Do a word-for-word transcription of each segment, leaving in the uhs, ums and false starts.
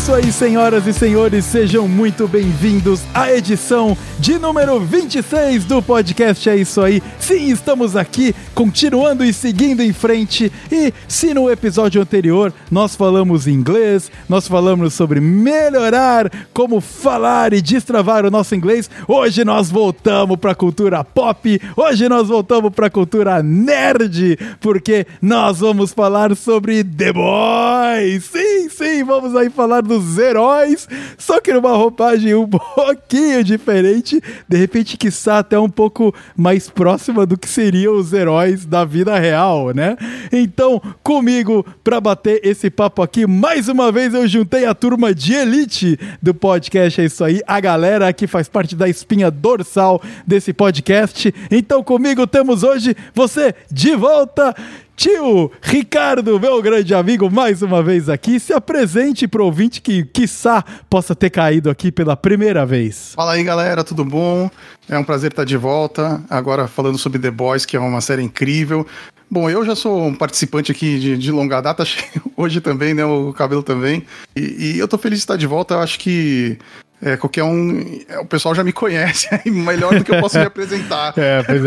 isso aí, senhoras e senhores, sejam muito bem-vindos à edição de número vinte e seis do podcast É Isso Aí. Sim, estamos aqui, continuando e seguindo em frente. E se no episódio anterior nós falamos inglês, nós falamos sobre melhorar como falar e destravar o nosso inglês, hoje nós voltamos para a cultura pop, hoje nós voltamos para a cultura nerd, porque nós vamos falar sobre The Boys. Sim, sim, vamos aí falar dos heróis, só que numa roupagem um pouquinho diferente, de repente, quiçá até um pouco mais próxima do que seriam os heróis da vida real, né? Então, comigo, pra bater esse papo aqui, mais uma vez eu juntei a turma de elite do podcast É Isso Aí, a galera que faz parte da espinha dorsal desse podcast. Então, comigo temos hoje você de volta, tio Ricardo, meu grande amigo, mais uma vez aqui. Se apresente pro ouvinte que, quiçá, possa ter caído aqui pela primeira vez. Fala aí, galera, tudo bom? É um prazer estar de volta, agora falando sobre The Boys, que é uma série incrível. Bom, eu já sou um participante aqui de, de longa data, hoje também, né, o Cabelo também, e, e eu tô feliz de estar de volta. Eu acho que É, qualquer um... O pessoal já me conhece, melhor do que eu posso me apresentar. É, pois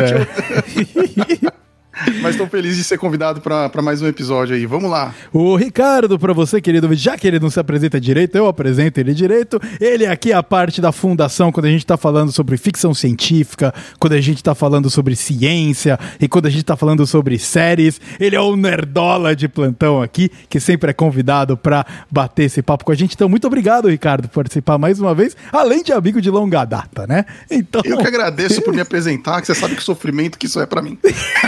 é. Mas estou feliz de ser convidado para mais um episódio aí. Vamos lá. O Ricardo, para você, querido, já que ele não se apresenta direito, eu apresento ele direito. Ele aqui é a parte da fundação, quando a gente está falando sobre ficção científica, quando a gente está falando sobre ciência e quando a gente está falando sobre séries. Ele é o nerdola de plantão aqui, que sempre é convidado para bater esse papo com a gente. Então, muito obrigado, Ricardo, por participar mais uma vez, além de amigo de longa data, né? Então... Eu que agradeço por me apresentar, que você sabe que sofrimento que isso é para mim.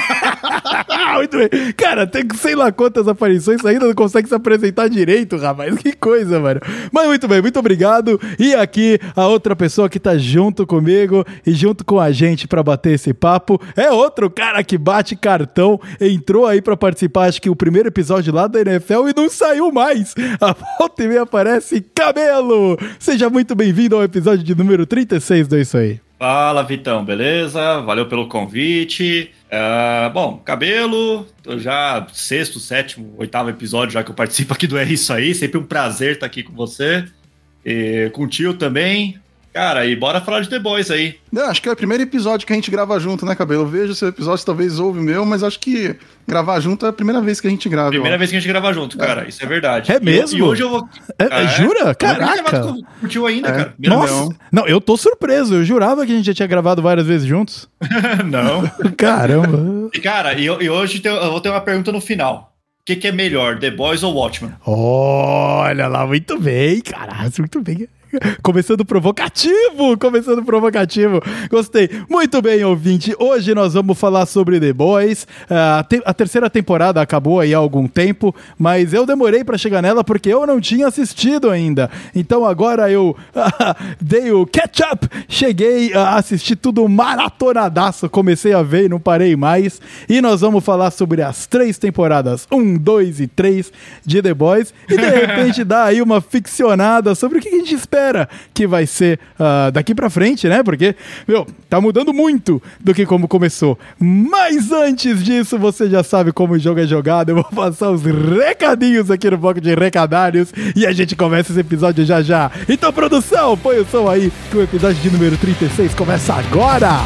Muito bem. Cara, tem sei lá quantas aparições, ainda não consegue se apresentar direito, rapaz. Que coisa, mano. Mas muito bem, muito obrigado. E aqui, a outra pessoa que tá junto comigo e junto com a gente pra bater esse papo é outro cara que bate cartão. Entrou aí pra participar, acho que o primeiro episódio lá da N F L e não saiu mais. A volta e meia aparece Cabelo. Seja muito bem-vindo ao episódio de número trinta e seis do Isso Aí. Fala, Vitão, beleza? Valeu pelo convite. Uh, bom, Cabelo, já sexto, sétimo, oitavo episódio já que eu participo aqui do É Isso Aí. Sempre um prazer estar aqui com você. E com o tio também. Cara, e bora falar de The Boys aí. Não, acho que é o primeiro episódio que a gente grava junto, né, Cabelo? Eu vejo seu episódio, talvez ouve o meu, mas acho que gravar junto é a primeira vez que a gente grava. Primeira vez que a gente grava junto, cara. É. Isso é verdade. É mesmo? E, e hoje eu vou... É, é, jura? Caraca! Com o tio ainda, é. cara. Nossa! Não. não, eu tô surpreso. Eu jurava que a gente já tinha gravado várias vezes juntos. Não. Caramba! E, cara, e, e hoje eu vou ter uma pergunta no final. O que, que é melhor, The Boys ou Watchmen? Olha lá, muito bem, caralho, muito bem. Começando provocativo, começando provocativo. Gostei. Muito bem, ouvinte. Hoje nós vamos falar sobre The Boys. Uh, te- a terceira temporada acabou aí há algum tempo, mas eu demorei pra chegar nela porque eu não tinha assistido ainda. Então agora eu uh, dei o catch-up, cheguei a assistir tudo maratonadaço, comecei a ver e não parei mais. E nós vamos falar sobre as três temporadas, um, dois e três de The Boys. E de repente dar aí uma ficcionada sobre o que a gente espera que vai ser uh, daqui pra frente, né? Porque, meu, tá mudando muito do que como começou. Mas antes disso, você já sabe como o jogo é jogado. Eu vou passar os recadinhos aqui no bloco de recadários e a gente começa esse episódio já já. Então, produção, põe o som aí que o episódio de número trinta e seis começa agora!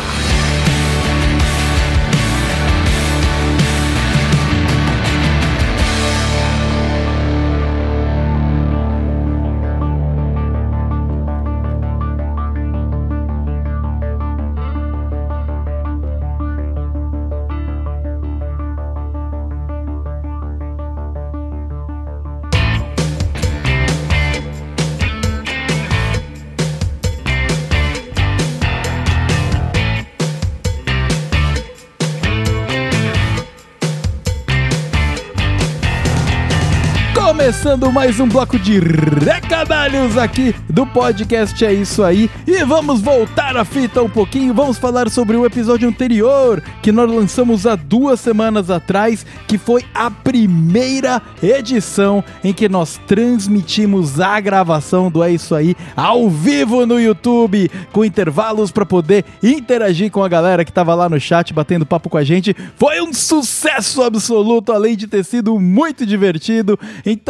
Começando mais um bloco de recadalhos aqui do podcast É Isso Aí. E vamos voltar a fita um pouquinho. Vamos falar sobre o episódio anterior que nós lançamos há duas semanas atrás, que foi a primeira edição em que nós transmitimos a gravação do É Isso Aí ao vivo no YouTube, com intervalos para poder interagir com a galera que tava lá no chat batendo papo com a gente. Foi um sucesso absoluto, além de ter sido muito divertido. Então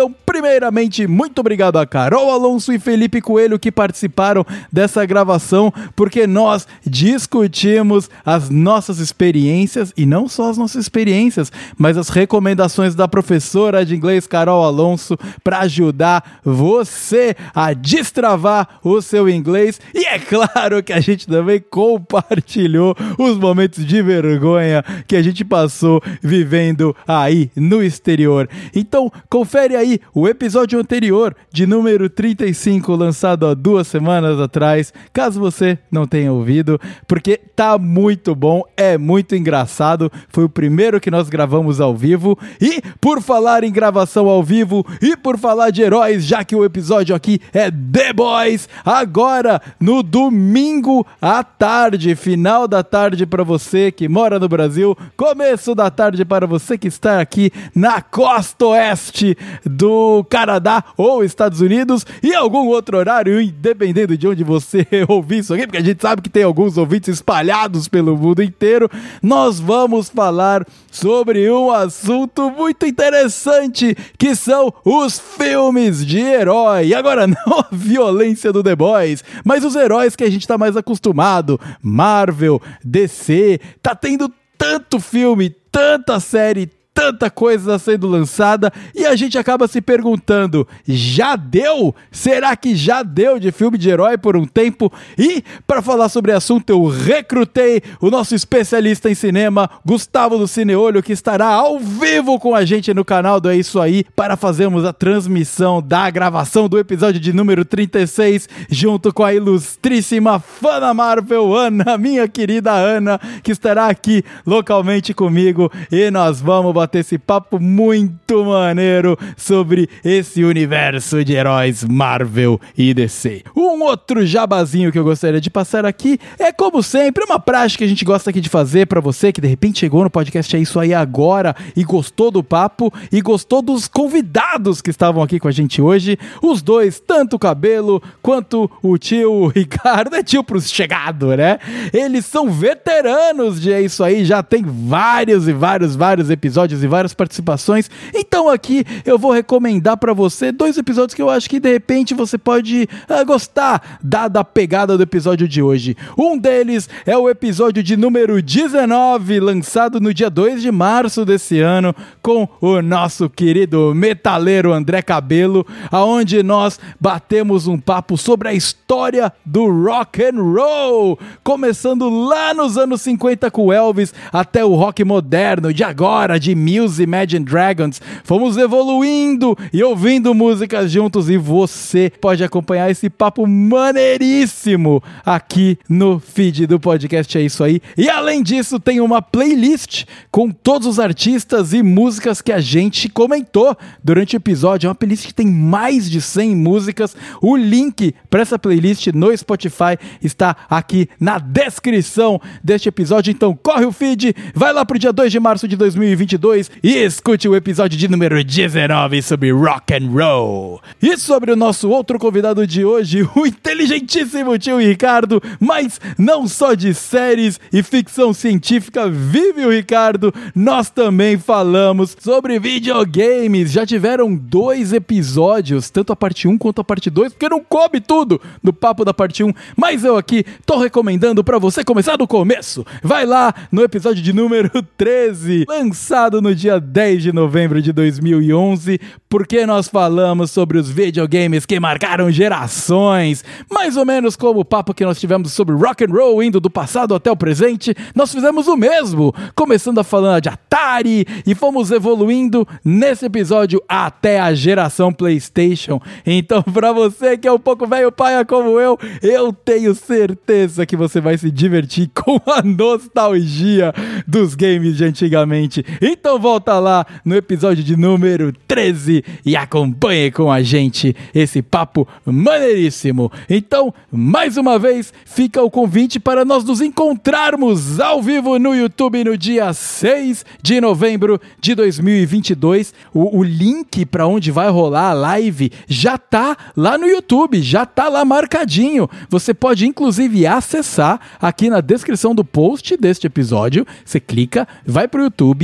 Então, primeiramente, muito obrigado a Carol Alonso e Felipe Coelho que participaram dessa gravação, porque nós discutimos as nossas experiências, e não só as nossas experiências, mas as recomendações da professora de inglês Carol Alonso para ajudar você a destravar o seu inglês. E é claro que a gente também compartilhou os momentos de vergonha que a gente passou vivendo aí no exterior. Então, confere aí o episódio anterior de número trinta e cinco, lançado há duas semanas atrás, caso você não tenha ouvido, porque tá muito bom, é muito engraçado, foi o primeiro que nós gravamos ao vivo. E por falar em gravação ao vivo e por falar de heróis, já que o episódio aqui é The Boys, agora no domingo à tarde, final da tarde para você que mora no Brasil, começo da tarde para você que está aqui na costa oeste do Canadá ou Estados Unidos, e algum outro horário, independendo de onde você ouvir isso aqui, porque a gente sabe que tem alguns ouvintes espalhados pelo mundo inteiro. Nós vamos falar sobre um assunto muito interessante, que são os filmes de herói. E agora não a violência do The Boys, mas os heróis que a gente tá mais acostumado. Marvel, D C, tá tendo tanto filme, tanta série, tanta coisa sendo lançada, e a gente acaba se perguntando, já deu? Será que já deu de filme de herói por um tempo? E para falar sobre o assunto, eu recrutei o nosso especialista em cinema, Gustavo do Cineolho, que estará ao vivo com a gente no canal do É Isso Aí, para fazermos a transmissão da gravação do episódio de número trinta e seis, junto com a ilustríssima fã da Marvel, Ana, minha querida Ana, que estará aqui localmente comigo, e nós vamos bater esse papo muito maneiro sobre esse universo de heróis Marvel e D C. Um outro jabazinho que eu gostaria de passar aqui é, como sempre, uma prática que a gente gosta aqui de fazer para você que de repente chegou no podcast É Isso Aí agora e gostou do papo e gostou dos convidados que estavam aqui com a gente hoje. Os dois, tanto o Cabelo quanto o tio o Ricardo, é tio pros chegados, né? Eles são veteranos de É Isso Aí, já tem vários e vários, vários episódios e várias participações. Então aqui eu vou recomendar pra você dois episódios que eu acho que de repente você pode uh, gostar, dada a pegada do episódio de hoje. Um deles é o episódio de número dezenove, lançado no dia dois de março desse ano, com o nosso querido metaleiro André Cabelo, aonde nós batemos um papo sobre a história do rock and roll, começando lá nos anos cinquenta com Elvis, até o rock moderno de agora, de Muse, Imagine Dragons. Fomos evoluindo e ouvindo músicas juntos, e você pode acompanhar esse papo maneiríssimo aqui no feed do podcast É Isso Aí. E além disso, tem uma playlist com todos os artistas e músicas que a gente comentou durante o episódio. É uma playlist que tem mais de cem músicas. O link para essa playlist no Spotify está aqui na descrição deste episódio. Então corre o feed, vai lá pro dia dois de março de dois mil e vinte e dois e escute o episódio de número dezenove sobre rock and roll. E sobre o nosso outro convidado de hoje, o inteligentíssimo tio Ricardo, mas não só de séries e ficção científica vive o Ricardo, nós também falamos sobre videogames. Já tiveram dois episódios, tanto a parte um quanto a parte dois, porque não coube tudo do papo da parte um, mas eu aqui tô recomendando pra você começar do começo. Vai lá no episódio de número treze, lançado no dia dez de novembro de dois mil e onze, porque nós falamos sobre os videogames que marcaram gerações, mais ou menos como o papo que nós tivemos sobre rock and roll, indo do passado até o presente. Nós fizemos o mesmo, começando a falar de Atari, e fomos evoluindo nesse episódio até a geração PlayStation. Então, pra você que é um pouco velho paia como eu, eu tenho certeza que você vai se divertir com a nostalgia dos games de antigamente. Então volta lá no episódio de número treze e acompanhe com a gente esse papo maneiríssimo. Então, mais uma vez, fica o convite para nós nos encontrarmos ao vivo no YouTube no dia seis de novembro de dois mil e vinte e dois. O, o link para onde vai rolar a live já tá lá no YouTube, já tá lá marcadinho. Você pode inclusive acessar aqui na descrição do post deste episódio. Você clica, vai pro YouTube, aperta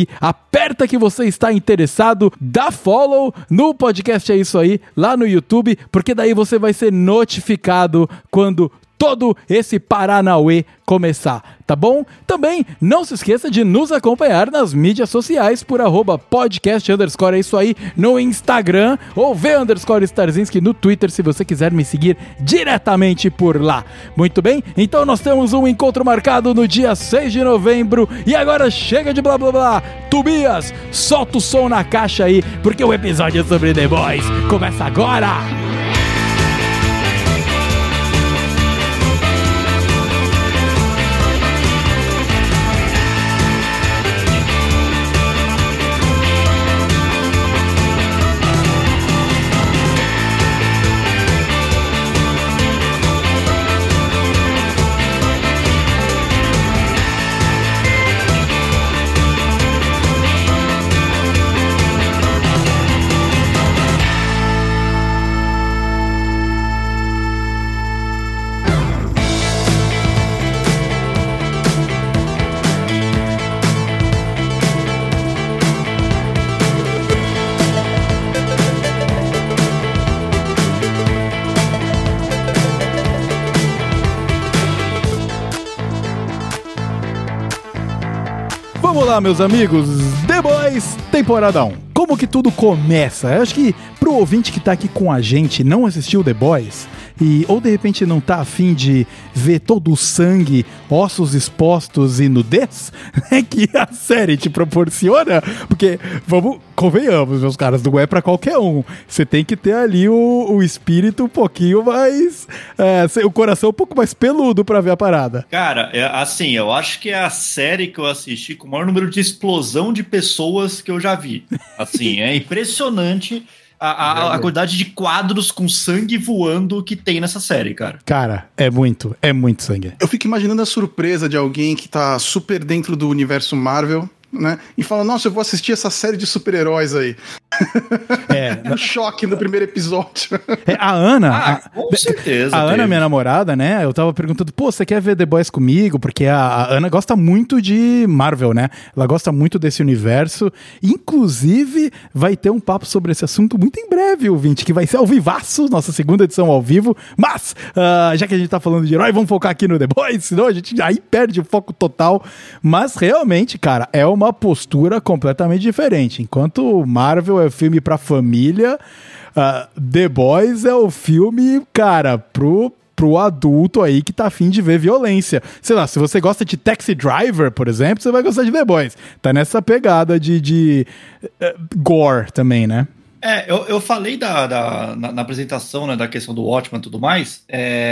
aperta que você está interessado, dá follow no podcast É Isso Aí, lá no YouTube, porque daí você vai ser notificado quando todo esse Paranauê começar, tá bom? Também não se esqueça de nos acompanhar nas mídias sociais por arroba podcast underscore é isso aí no Instagram ou v underscore Starzinski no Twitter se você quiser me seguir diretamente por lá. Muito bem? Então nós temos um encontro marcado no dia seis de novembro e agora chega de blá blá blá. Tobias, solta o som na caixa aí, porque o episódio sobre The Boys começa agora! Vamos lá, meus amigos, The Boys, temporada um. Como que tudo começa? Eu acho que pro ouvinte que tá aqui com a gente não assistiu The Boys e ou de repente não tá afim de ver todo o sangue, ossos expostos e nudez, né, que a série te proporciona, porque, vamos, convenhamos, meus caras, não é pra qualquer um. Você tem que ter ali o, o espírito um pouquinho mais, é, o coração um pouco mais peludo pra ver a parada. Cara, é, assim, eu acho que é a série que eu assisti com o maior número de explosão de pessoas que eu já vi. Assim, é impressionante a, a, a quantidade de quadros com sangue voando que tem nessa série, cara. Cara, é muito, é muito sangue. Eu fico imaginando a surpresa de alguém que tá super dentro do universo Marvel, né? E fala, nossa, eu vou assistir essa série de super-heróis aí. É. Um choque no primeiro episódio. É, a Ana... Ah, a, com certeza. A teve. Ana, minha namorada, né? Eu tava perguntando, pô, você quer ver The Boys comigo? Porque a, a Ana gosta muito de Marvel, né? Ela gosta muito desse universo. Inclusive, vai ter um papo sobre esse assunto muito em breve, ouvinte, que vai ser ao vivaço, nossa segunda edição ao vivo. Mas, uh, já que a gente tá falando de herói, vamos focar aqui no The Boys, senão a gente aí perde o foco total. Mas, realmente, cara, é uma postura completamente diferente. Enquanto Marvel é filme pra família, uh, The Boys é o filme, cara, pro, pro adulto aí que tá afim de ver violência. Sei lá, se você gosta de Taxi Driver, por exemplo, você vai gostar de The Boys. Tá nessa pegada de, de uh, gore também, né? É, eu, eu falei da, da, na, na apresentação, né, da questão do Watchmen e tudo mais,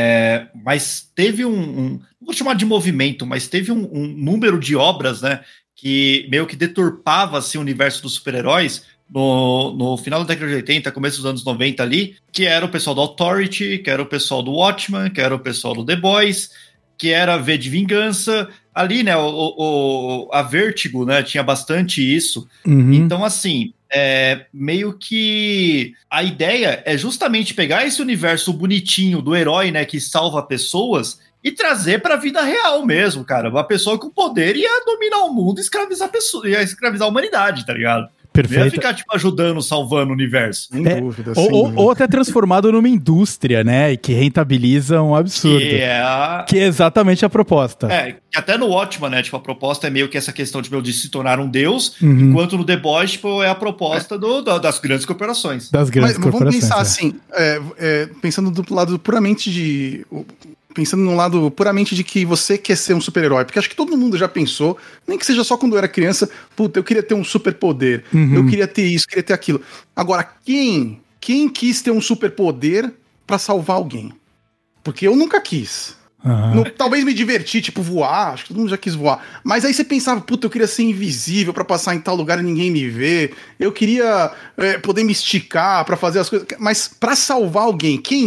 é, mas teve um, um, não vou chamar de movimento, mas teve um, um número de obras, né, que meio que deturpava assim, o universo dos super-heróis no, no final da década de oitenta, começo dos anos noventa ali, que era o pessoal do Authority, que era o pessoal do Watchmen, que era o pessoal do The Boys, que era V de Vingança, ali, né, o, o, a Vertigo, né, tinha bastante isso. Uhum. Então, assim, é, meio que a ideia é justamente pegar esse universo bonitinho do herói, né, que salva pessoas e trazer pra vida real mesmo, cara. Uma pessoa com poder ia dominar o mundo e escravizar, pessoa, ia escravizar a humanidade, tá ligado? Perfeito. Não ia ficar, tipo, ajudando, salvando o universo. Sem é, dúvida, ou, sem ou, dúvida. Ou até transformado numa indústria, né? E que rentabiliza um absurdo. Que é, a... que é exatamente a proposta. É, que até no Watchmen, né? Tipo, a proposta é meio que essa questão de, meu, de se tornar um deus, uhum. enquanto no The Boys, tipo, é a proposta é. Do, da, das grandes corporações. Das grandes Mas, corporações. Vamos pensar é. assim, é, é, pensando do lado puramente de... Pensando num lado puramente de que você quer ser um super-herói, porque acho que todo mundo já pensou, nem que seja só quando eu era criança, puta, eu queria ter um superpoder, uhum. eu queria ter isso, queria ter aquilo. Agora, quem, quem quis ter um superpoder pra salvar alguém? Porque eu nunca quis. Uhum. No, talvez me divertir, tipo voar, acho que todo mundo já quis voar. Mas aí você pensava, puta, eu queria ser invisível pra passar em tal lugar e ninguém me ver. Eu queria é, poder me esticar pra fazer as coisas. Mas pra salvar alguém, quem...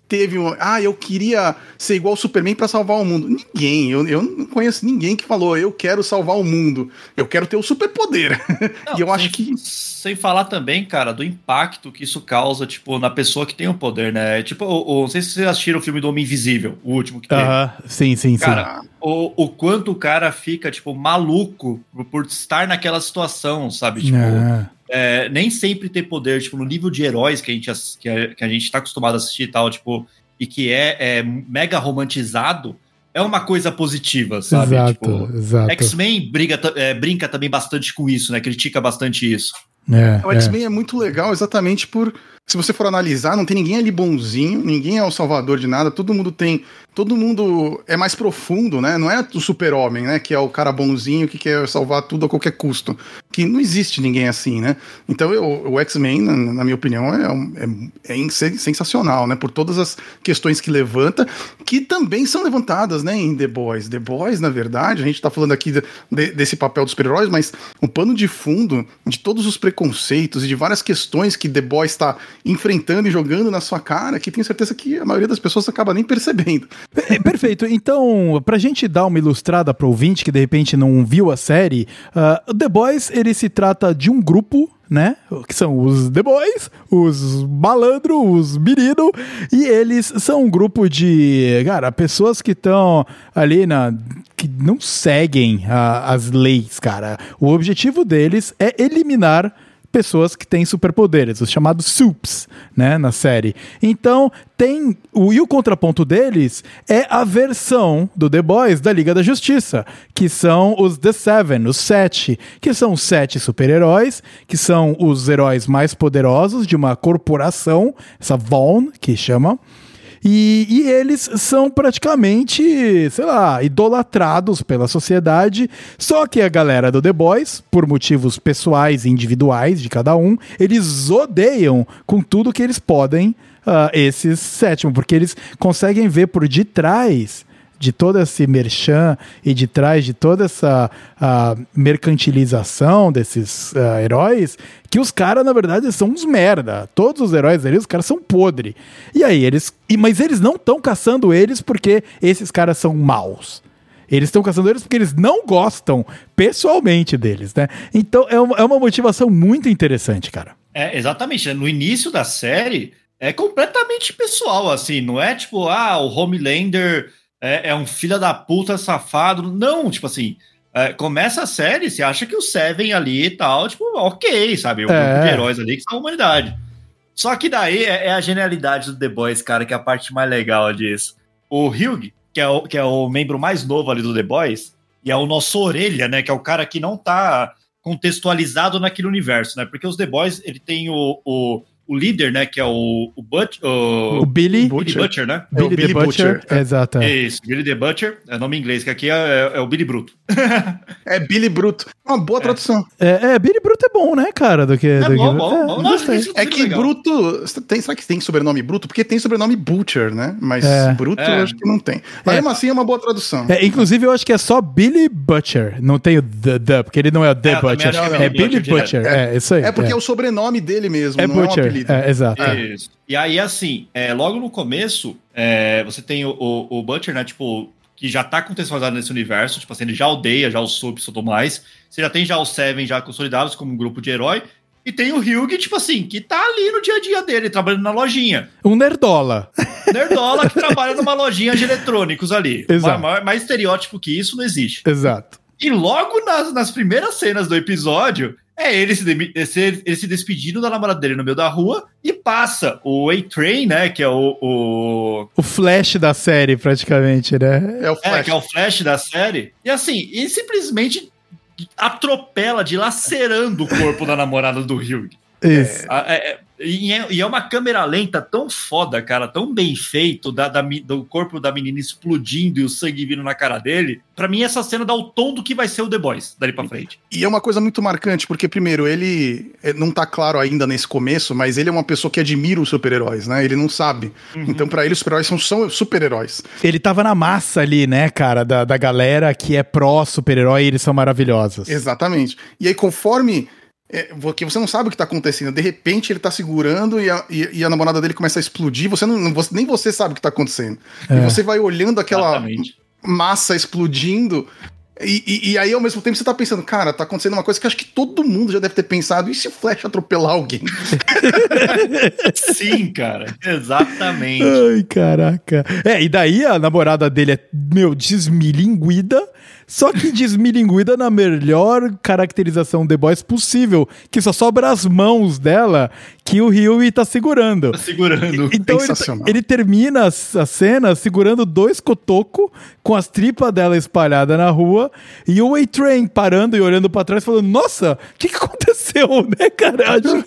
teve um... Ah, eu queria ser igual o Superman pra salvar o mundo. Ninguém. Eu, eu não conheço ninguém que falou, eu quero salvar o mundo. Eu quero ter o superpoder. E eu sem, acho que... Sem falar também, cara, do impacto que isso causa, tipo, na pessoa que tem o poder, né? Tipo, o, o, não sei se vocês assistiram o filme do Homem Invisível, o último que teve. Aham, uh-huh. sim, sim, cara, sim. O, o quanto o cara fica, tipo, maluco por, por estar naquela situação, sabe? Tipo... Uh-huh. É, nem sempre ter poder, tipo, no nível de heróis que a gente, que a, que a gente tá acostumado a assistir e tal, tipo, e que é, é mega romantizado, é uma coisa positiva, sabe? Exato, tipo, exato. X-Men briga, é, brinca também bastante com isso, né? Critica bastante isso. É, o X-Men é. é muito legal exatamente por... Se você for analisar, não tem ninguém ali bonzinho, ninguém é o salvador de nada, todo mundo tem... Todo mundo é mais profundo, né? Não é o super-homem, né? Que é o cara bonzinho que quer salvar tudo a qualquer custo. Que não existe ninguém assim, né? Então eu, o X-Men, na, na minha opinião, é, é, é sensacional, né? Por todas as questões que levanta, que também são levantadas, né? Em The Boys. The Boys, na verdade, a gente tá falando aqui de, de, desse papel dos super-heróis, mas o pano de fundo de todos os preconceitos e de várias questões que The Boys está enfrentando e jogando na sua cara, que tenho certeza que a maioria das pessoas acaba nem percebendo. Perfeito. Então, pra gente dar uma ilustrada pro ouvinte que de repente não viu a série, uh, The Boys, ele se trata de um grupo, né, que são os The Boys, os malandros, os meninos, e eles são um grupo de, cara, pessoas que estão ali na... que não seguem uh, as leis, cara. O objetivo deles é eliminar pessoas que têm superpoderes, os chamados Supes, né, na série. Então, tem... O, e o contraponto deles é a versão do The Boys da Liga da Justiça, que são os The Seven, os Sete, que são os sete super-heróis, que são os heróis mais poderosos de uma corporação, essa Vaughn, que chama... E, e eles são praticamente, sei lá, idolatrados pela sociedade. Só que a galera do The Boys, por motivos pessoais e individuais de cada um, eles odeiam com tudo que eles podem uh, esses sétimos, porque eles conseguem ver por detrás de todo esse merchan e de trás de toda essa uh, mercantilização desses uh, heróis, que os caras, na verdade, são uns merda. Todos os heróis ali, os caras são podre. E aí, eles... E, mas eles não estão caçando eles porque esses caras são maus. Eles estão caçando eles porque eles não gostam pessoalmente deles, né? Então, é uma, é uma motivação muito interessante, cara. É, exatamente. No início da série, é completamente pessoal, assim. Não é tipo, ah, o Homelander... É, é um filho da puta safado. Não, tipo assim, é, começa a série, você acha que o Seven ali e tal, tipo, ok, sabe? O é. grupo de heróis ali que são a humanidade. Só que daí é, é a genialidade do The Boys, cara, que é a parte mais legal disso. O Hugh, que é o, que é o membro mais novo ali do The Boys, e é o nosso orelha, né? Que é o cara que não tá contextualizado naquele universo, né? Porque os The Boys, ele tem o... o O líder, né, que é o, o, Butch, o, o Billy, Butcher. Billy Butcher, né? Billy, é o Billy the Butcher, Butcher. É. Exato. Isso, Billy the Butcher, é nome em inglês, que aqui é, é, é o Billy Bruto. É Billy Bruto, uma boa tradução. É, é, Billy Bruto é bom, né, cara? Do que, é do bom, que... bom, é, bom. Nossa, é, é que legal. Bruto, tem, será que tem sobrenome Bruto? Porque tem sobrenome Butcher, né? Mas é. Bruto é. eu acho que não tem. Mas mesmo assim é uma boa tradução. É, inclusive eu acho que é só Billy Butcher, não tem o The, the porque ele não é o The é, Butcher, não, não, é Billy Butcher, Butcher. É, é isso aí. É porque é. é o sobrenome dele mesmo, é não Butcher. é um apelido. É, exato. É. Isso. E aí, assim, é, logo no começo, é, você tem o, o, o Butcher, né, tipo, que já tá contextualizado nesse universo, tipo assim, ele já odeia, já os subs e tudo mais. Você já tem já os Seven já consolidados como um grupo de herói. E tem o Hugh, tipo assim, que tá ali no dia a dia dele, trabalhando na lojinha. Um nerdola. Nerdola que trabalha numa lojinha de eletrônicos ali. Exato. Mais, mais estereótipo que isso não existe. Exato. E logo nas, nas primeiras cenas do episódio... É ele se, de, ele se despedindo da namorada dele no meio da rua e passa o A-Train, né? Que é o, o... O Flash da série, praticamente, né? É, o Flash. É, que é o Flash da série. E assim, ele simplesmente atropela, dilacerando o corpo da namorada do Hugh. Isso. É, é, e, é, e é uma câmera lenta tão foda, cara, tão bem feito, da, da, do corpo da menina explodindo e o sangue vindo na cara dele. Pra mim, essa cena dá o tom do que vai ser o The Boys, dali pra frente. E é uma coisa muito marcante, porque, primeiro, ele não tá claro ainda nesse começo, mas ele é uma pessoa que admira os super-heróis, né? Ele não sabe. Uhum. Então, pra ele, os super-heróis são, são super-heróis. Ele tava na massa ali, né, cara, da, da galera que é pró-super-herói e eles são maravilhosos. Exatamente. E aí, conforme... É, porque você não sabe o que tá acontecendo. De repente ele tá segurando e a, e, e a namorada dele começa a explodir. Você não, você, nem você sabe o que tá acontecendo. É. E você vai olhando aquela Exatamente. massa explodindo. E, e, e aí, ao mesmo tempo, você tá pensando, cara, tá acontecendo uma coisa que acho que todo mundo já deve ter pensado. E se o Flash atropelar alguém? Sim, cara. Exatamente. Ai, caraca. É, e daí a namorada dele é, meu, desmilinguida. Só que desmilinguida na melhor caracterização The Boys possível, que só sobra as mãos dela que o Hughie tá segurando. Tá segurando. Então ele, ele termina a cena segurando dois cotocos com as tripas dela espalhadas na rua e o A-Train parando e olhando pra trás falando, nossa, o que, que aconteceu, né, caralho?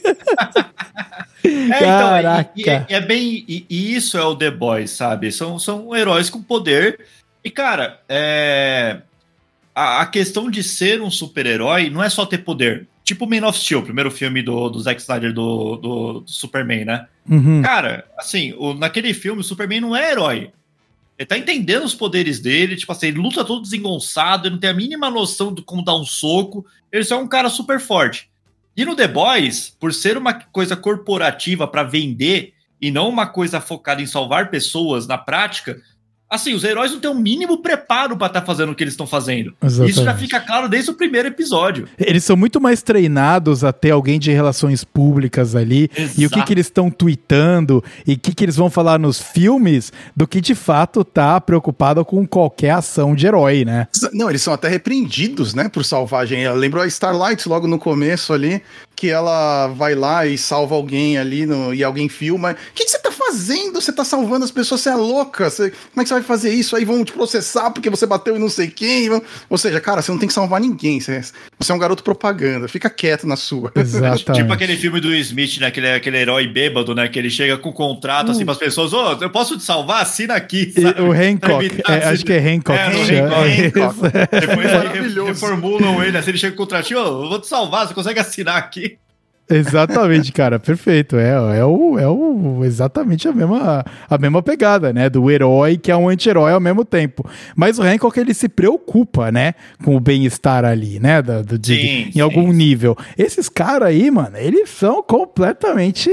É, Caraca. Então, e, e, é bem... E, e isso é o The Boys, sabe? São, são heróis com poder. E, cara, é... A, a questão de ser um super-herói não é só ter poder. Tipo Man of Steel, o primeiro filme do, do Zack Snyder do, do, do Superman, né? Uhum. Cara, assim, o, naquele filme o Superman não é herói. Ele tá entendendo os poderes dele, tipo assim, ele luta todo desengonçado, ele não tem a mínima noção de como dar um soco, ele só é um cara super forte. E no The Boys, por ser uma coisa corporativa para vender e não uma coisa focada em salvar pessoas na prática, assim, os heróis não têm o mínimo preparo pra estar tá fazendo o que eles estão fazendo. Exatamente. Isso já fica claro desde o primeiro episódio. Eles são muito mais treinados a ter alguém de relações públicas ali. Exato. E o que, que eles estão tweetando e o que, que eles vão falar nos filmes do que de fato tá preocupado com qualquer ação de herói, né? Não, eles são até repreendidos, né, por salvagem. Eu lembro a Starlight logo no começo ali, que ela vai lá e salva alguém ali no, e alguém filma. O que, que você tá fazendo? Você tá salvando as pessoas, você é louca? Você, como é que você vai fazer isso? Aí vão te processar porque você bateu em não sei quem. Vão... Ou seja, cara, você não tem que salvar ninguém. Você, você é um garoto propaganda. Fica quieto na sua. Exatamente. Tipo aquele filme do Will Smith, né? Aquele, aquele herói bêbado, né? Que ele chega com um contrato uh. assim pras pessoas. Ô, oh, eu posso te salvar? Assina aqui. E, o Hancock. É, acho que é Hancock. É, no Hancock. Hancock. Depois aí reformulam ele. Assim, ele chega com o contratinho. Ô, oh, eu vou te salvar. Você consegue assinar aqui? Exatamente, cara, perfeito. É, é, o, é o, exatamente a mesma, a mesma pegada, né? Do herói que é um anti-herói ao mesmo tempo. Mas o Hancock, ele se preocupa, né? Com o bem-estar ali, né? Da, do, de, sim, em sim. algum nível. Esses caras aí, mano, eles são completamente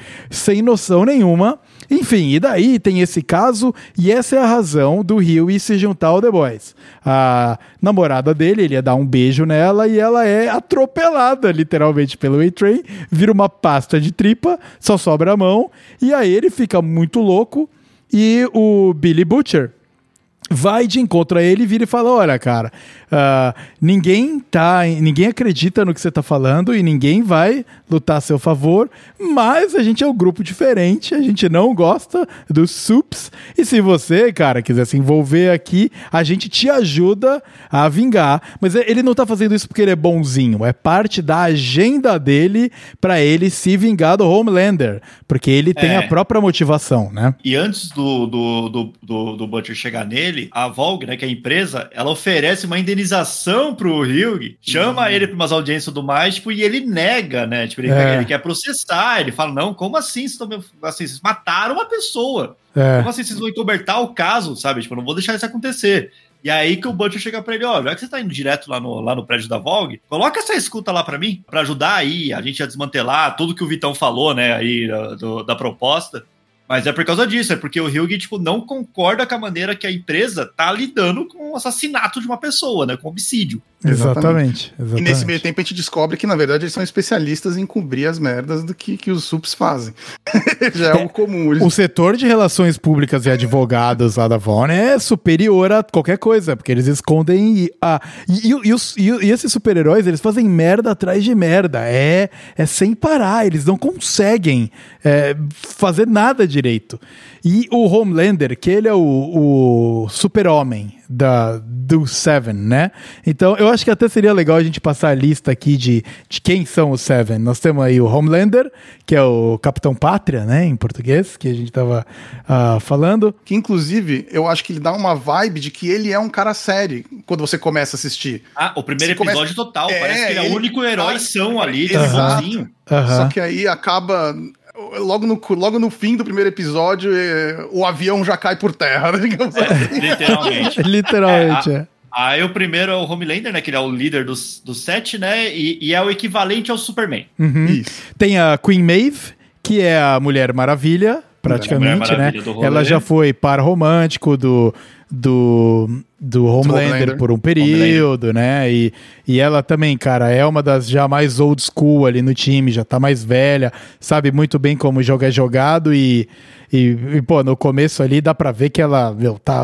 sem noção nenhuma. Enfim, e daí tem esse caso, e essa é a razão do Hughie se juntar ao The Boys. A namorada dele, ele ia dar um beijo nela e ela é atropelada, literalmente, pelo A-Train, vira uma pasta de tripa, só sobra a mão, e aí ele fica muito louco, e o Billy Butcher vai de encontro a ele e vira e fala, olha, cara, uh, ninguém tá, ninguém acredita no que você tá falando e ninguém vai lutar a seu favor, mas a gente é um grupo diferente, a gente não gosta dos Supes, e se você, cara, quiser se envolver aqui, a gente te ajuda a vingar, mas ele não tá fazendo isso porque ele é bonzinho, é parte da agenda dele pra ele se vingar do Homelander, porque ele tem é. a própria motivação, né? E antes do, do, do, do, do Butcher chegar nele, a Vogue, né, que é a empresa, ela oferece uma indenização pro Hughie, chama uhum. ele para umas audiências e tudo mais, tipo, e ele nega, né? Tipo, ele, é. ele quer processar, ele fala, não, como assim? Vocês, tão, assim, vocês mataram uma pessoa. É. Como assim vocês vão encobertar o caso, sabe? Tipo, eu não vou deixar isso acontecer. E aí que o Butcher chega pra ele, ó, já que você tá indo direto lá no, lá no prédio da Vogue, coloca essa escuta lá pra mim, pra ajudar aí a gente a desmantelar tudo que o Vitão falou, né, aí do, da proposta. Mas é por causa disso, é porque o Hughie, tipo, não concorda com a maneira que a empresa tá lidando com o assassinato de uma pessoa, né, com homicídio. Exatamente, exatamente. E nesse meio tempo a gente descobre que, na verdade, eles são especialistas em cobrir as merdas do que, que os Supes fazem. Já é algo comum. Eles... O setor de relações públicas e advogados lá da Vaughn é superior a qualquer coisa, porque eles escondem... A... E, e, e, os, e, e esses super-heróis, eles fazem merda atrás de merda. É, é sem parar, eles não conseguem é, fazer nada direito. E o Homelander, que ele é o, o super-homem da, do Seven, né? Então, eu acho que até seria legal a gente passar a lista aqui de, de quem são os Seven. Nós temos aí o Homelander, que é o Capitão Pátria, né? Em português, que a gente tava uh, falando. Que, inclusive, eu acho que ele dá uma vibe de que ele é um cara sério quando você começa a assistir. Ah, o primeiro você episódio começa... total. É, Parece que ele é o único heróizão ah, ali. Exato. Uhum. Só que aí acaba... Logo no, logo no fim do primeiro episódio, o avião já cai por terra, digamos assim. É, literalmente. Literalmente, é. é. Aí o primeiro é o Homelander, né? Que ele é o líder dos, dos sete, né? E, e é o equivalente ao Superman. Uhum. Isso. Tem a Queen Maeve, que é a Mulher Maravilha, praticamente, Mulher Maravilha, né? Ela já foi par romântico do, do, do Homelander, Homelander por um período, Homelander. né? E, e ela também, cara, é uma das já mais old school ali no time, já tá mais velha, sabe muito bem como jogo é jogado e, e, e pô, no começo ali dá pra ver que ela, meu, tá...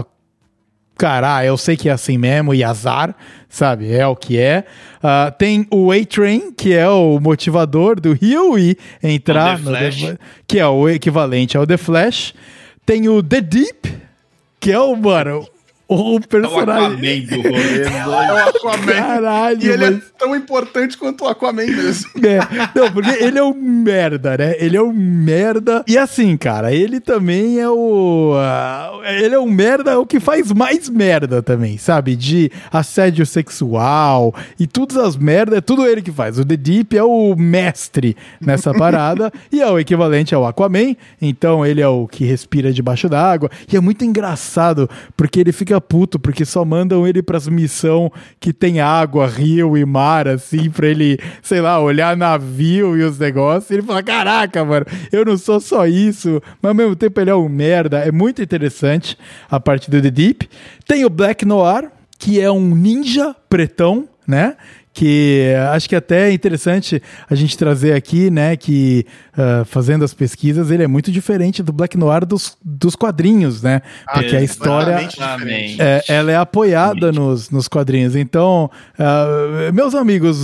Cara, eu sei que é assim mesmo, e azar, sabe? É o que é. Uh, tem o A-Train, que é o motivador do Huey entrar no The Flash, que é o equivalente ao The Flash. Tem o The Deep, que é o, mano, o personagem... É o Aquaman do rolê. É o Aquaman. Caralho, e ele mas... é tão importante quanto o Aquaman mesmo. É, não, porque ele é um merda, né? Ele é um merda. E assim, cara, ele também é o... Uh, ele é um merda, é o que faz mais merda também, sabe? De assédio sexual e todas as merdas, é tudo ele que faz. O The Deep é o mestre nessa parada e é o equivalente ao Aquaman. Então ele é o que respira debaixo d'água. E é muito engraçado, porque ele fica puto, porque só mandam ele pras missões que tem água, rio e mar, assim, pra ele, sei lá, olhar navio e os negócios. E ele fala, caraca, mano, eu não sou só isso, mas ao mesmo tempo ele é um merda. É muito interessante a parte do The Deep. Tem o Black Noir, que é um ninja pretão, né? Que acho que até é interessante a gente trazer aqui, né, que uh, fazendo as pesquisas, ele é muito diferente do Black Noir dos, dos quadrinhos, né, porque é, a história, é, ela é apoiada nos, nos quadrinhos. Então, uh, meus amigos,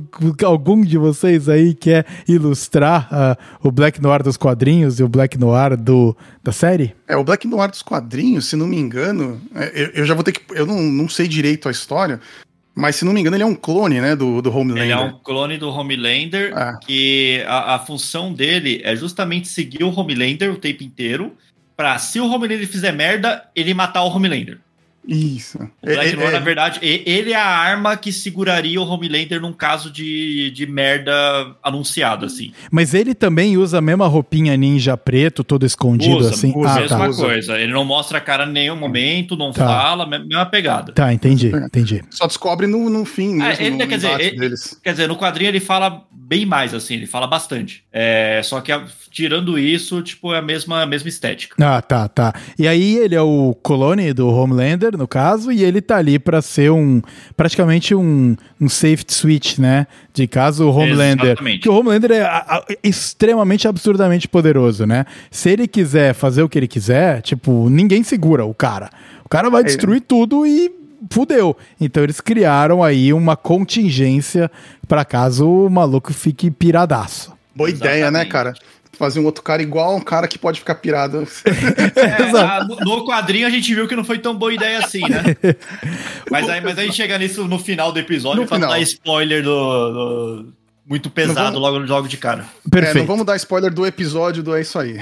algum de vocês aí quer ilustrar uh, o Black Noir dos quadrinhos e o Black Noir do, da série? É, o Black Noir dos quadrinhos, se não me engano, eu, eu já vou ter que, eu não, não sei direito a história, mas, se não me engano, ele é um clone, né, do, do Homelander. Ele é um clone do Homelander, ah. que a, a função dele é justamente seguir o Homelander o tempo inteiro, pra, se o Homelander fizer merda, ele matar o Homelander. Isso. O Black é, Noir, é, na verdade, ele é a arma que seguraria o Homelander num caso de, de merda anunciado, assim. Mas ele também usa a mesma roupinha ninja preto, todo escondido, usa, assim? Usa, ah, mesma tá. coisa. Ele não mostra a cara em nenhum momento, não tá. fala, mesma pegada. Tá, entendi, entendi. Só descobre no, no fim mesmo, ah, ele, no quer, dizer, ele, deles. quer dizer, no quadrinho ele fala bem mais, assim, ele fala bastante. É, só que, tirando isso, tipo, é a mesma, a mesma estética. Ah, tá, tá. E aí ele é o clone do Homelander, no caso, e ele tá ali pra ser um, praticamente um, um safety switch, né? De caso o Homelander... Exatamente. Que o Homelander é a, a, extremamente, absurdamente poderoso, né? Se ele quiser fazer o que ele quiser, tipo, ninguém segura o cara. O cara vai destruir é. tudo e fudeu. Então eles criaram aí uma contingência pra caso o maluco fique piradaço. Boa Exatamente. ideia, né, cara? Fazer um outro cara igual um cara que pode ficar pirado. É, a, no quadrinho a gente viu que não foi tão boa ideia assim, né? Mas aí, mas aí a gente chega nisso no final do episódio pra não dar spoiler do, do muito pesado vamos... logo, logo de cara. Perfeito. É, não vamos dar spoiler do episódio do É Isso Aí.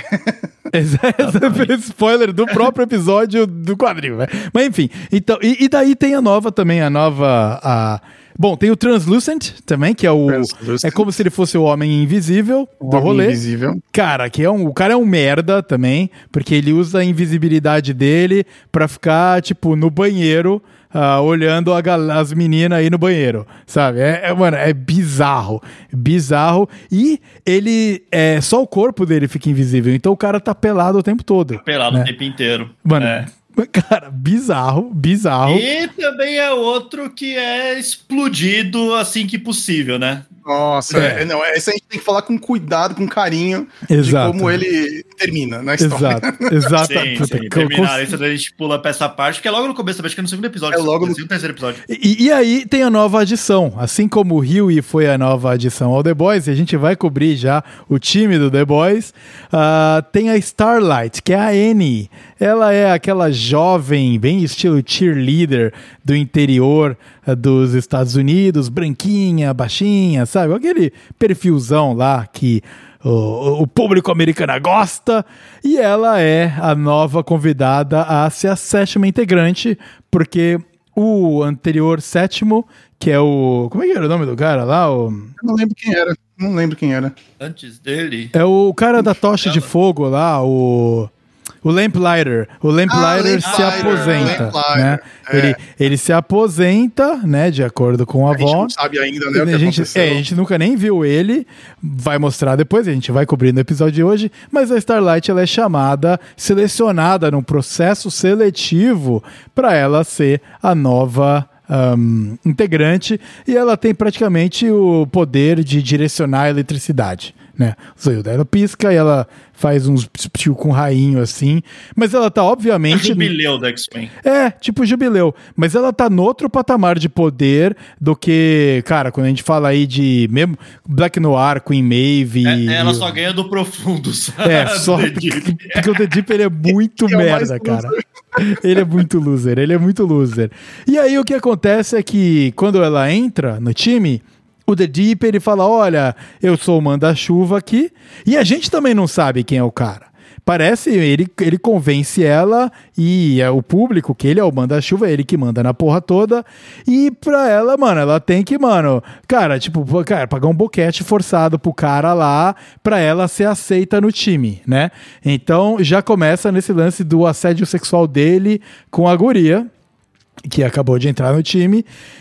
Spoiler do próprio episódio do quadrinho, né? Mas enfim, então, e, e daí tem a nova também, a nova... A... Bom, tem o Translucent também, que é o... É como se ele fosse o Homem Invisível o do rolê. Invisível. Cara, que é um, o cara é um merda também, porque ele usa a invisibilidade dele pra ficar, tipo, no banheiro, uh, olhando a, as meninas aí no banheiro, sabe? É, é, mano, é bizarro. Bizarro. E ele... É, só o corpo dele fica invisível, então o cara tá pelado o tempo todo. Pelado né? o tempo inteiro. Mano... É. Cara, bizarro, bizarro. E também é outro que é explodido assim que possível, né? Nossa, é. É, não, esse a gente tem que falar com cuidado, com carinho, Exato. de como ele termina na história. Exato, exato. Sim, Puta, sim. Terminar isso, a gente pula pra essa parte, que é logo no começo, acho que é no segundo episódio. É logo no segundo, terceiro episódio. E, e aí tem a nova adição, assim como o Huey foi a nova adição ao The Boys, e a gente vai cobrir já o time do The Boys, uh, tem a Starlight, que é a Annie. Ela é aquela jovem, bem estilo cheerleader do interior uh, dos Estados Unidos, branquinha, baixinha, sabe? Aquele perfilzão lá que o, o público americano gosta. E ela é a nova convidada a ser a sétima integrante, porque o anterior sétimo, que é o... Como é que era o nome do cara lá? O... Eu não lembro quem era. Não lembro quem era. Antes dele... É o cara da tocha de fogo lá, o... O Lamplighter. O Lamplighter ah, se aposenta. Lamplighter, né? É. Ele, ele se aposenta, né? De acordo com a Vaughn. A gente não sabe ainda, né? O que a, gente, aconteceu. É, a gente nunca nem viu ele. Vai mostrar depois, a gente vai cobrir no episódio de hoje. Mas a Starlight, ela é chamada, selecionada num processo seletivo para ela ser a nova um, integrante. E ela tem praticamente o poder de direcionar a eletricidade. Né? O zoio dela pisca e ela faz uns psiu com rainho assim, mas ela tá obviamente... É jubileu da X-Men. É, tipo jubileu, mas ela tá no outro patamar de poder do que, cara, quando a gente fala aí de mesmo Black Noir, Queen Maeve... É, ela só ganha do profundo, sabe? É, só porque, porque o The Deep ele é muito é merda, cara. Ele é muito loser, ele é muito loser. E aí o que acontece é que quando ela entra no time... O The Deep, ele fala, olha, eu sou o manda-chuva aqui, e a gente também não sabe quem é o cara. Parece, ele, ele convence ela e é o público que ele é o manda-chuva, é ele que manda na porra toda, e pra ela, mano, ela tem que, mano, cara, tipo, cara, pagar um boquete forçado pro cara lá, pra ela ser aceita no time, né? Então, já começa nesse lance do assédio sexual dele com a guria, que acabou de entrar no time,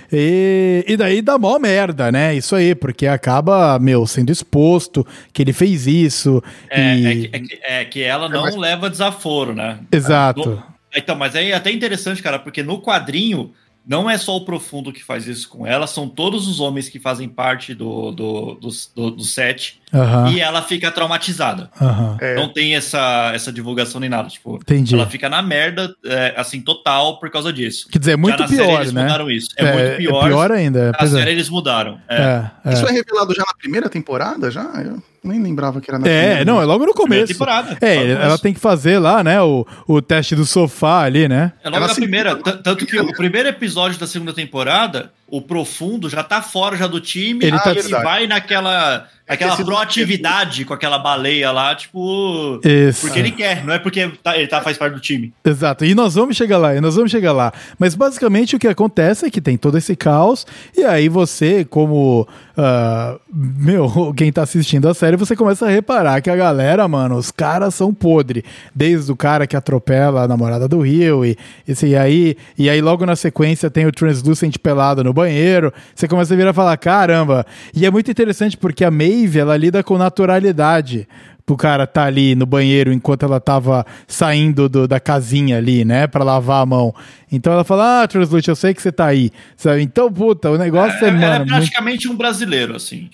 e, e daí dá mó merda, né? Isso aí, porque acaba, meu, sendo exposto que ele fez isso. É, e... é, que, é, que, é que ela não é, mas... leva desaforo, né? Exato. No... Então, mas é até interessante, cara, porque no quadrinho não é só o Profundo que faz isso com ela, são todos os homens que fazem parte do, do, do, do, do set, uhum. E ela fica traumatizada. Uhum. É. Não tem essa, essa divulgação nem nada. Tipo, entendi. Ela fica na merda, é, assim, total por causa disso. Quer dizer, é muito já na pior, série eles né? mudaram isso. É, é muito pior. É pior ainda. Na série eles mudaram. É. É, é. Isso é revelado já na primeira temporada? Já? Eu nem lembrava que era na é, primeira. É, não, é logo no começo. Temporada. É, ela começo. Tem que fazer lá, né, o, o teste do sofá ali, né? É logo ela na se... primeira. Tanto que o primeiro episódio da segunda temporada, o Profundo já tá fora já do time. Ele, ah, tá... ele vai naquela... Aquela proatividade com aquela baleia lá, tipo... Isso. Porque ele quer, não é porque tá, ele tá, faz parte do time. Exato, e nós vamos chegar lá, e nós vamos chegar lá. Mas basicamente o que acontece é que tem todo esse caos, e aí você, como... Uh, meu, quem tá assistindo a série, você começa a reparar que a galera, mano, os caras são podre. Desde o cara que atropela a namorada do Rio, e, esse, e, aí, e aí logo na sequência tem o Translucent pelado no banheiro. Você começa a vir a falar, caramba. E é muito interessante porque a Maeve, ela lida com naturalidade pro cara tá ali no banheiro enquanto ela tava saindo do, da casinha ali, né, pra lavar a mão. Então ela fala, ah, Translute, eu sei que você tá aí, sabe? Então, puta, o negócio é, é, é mano... É praticamente muito... um brasileiro, assim.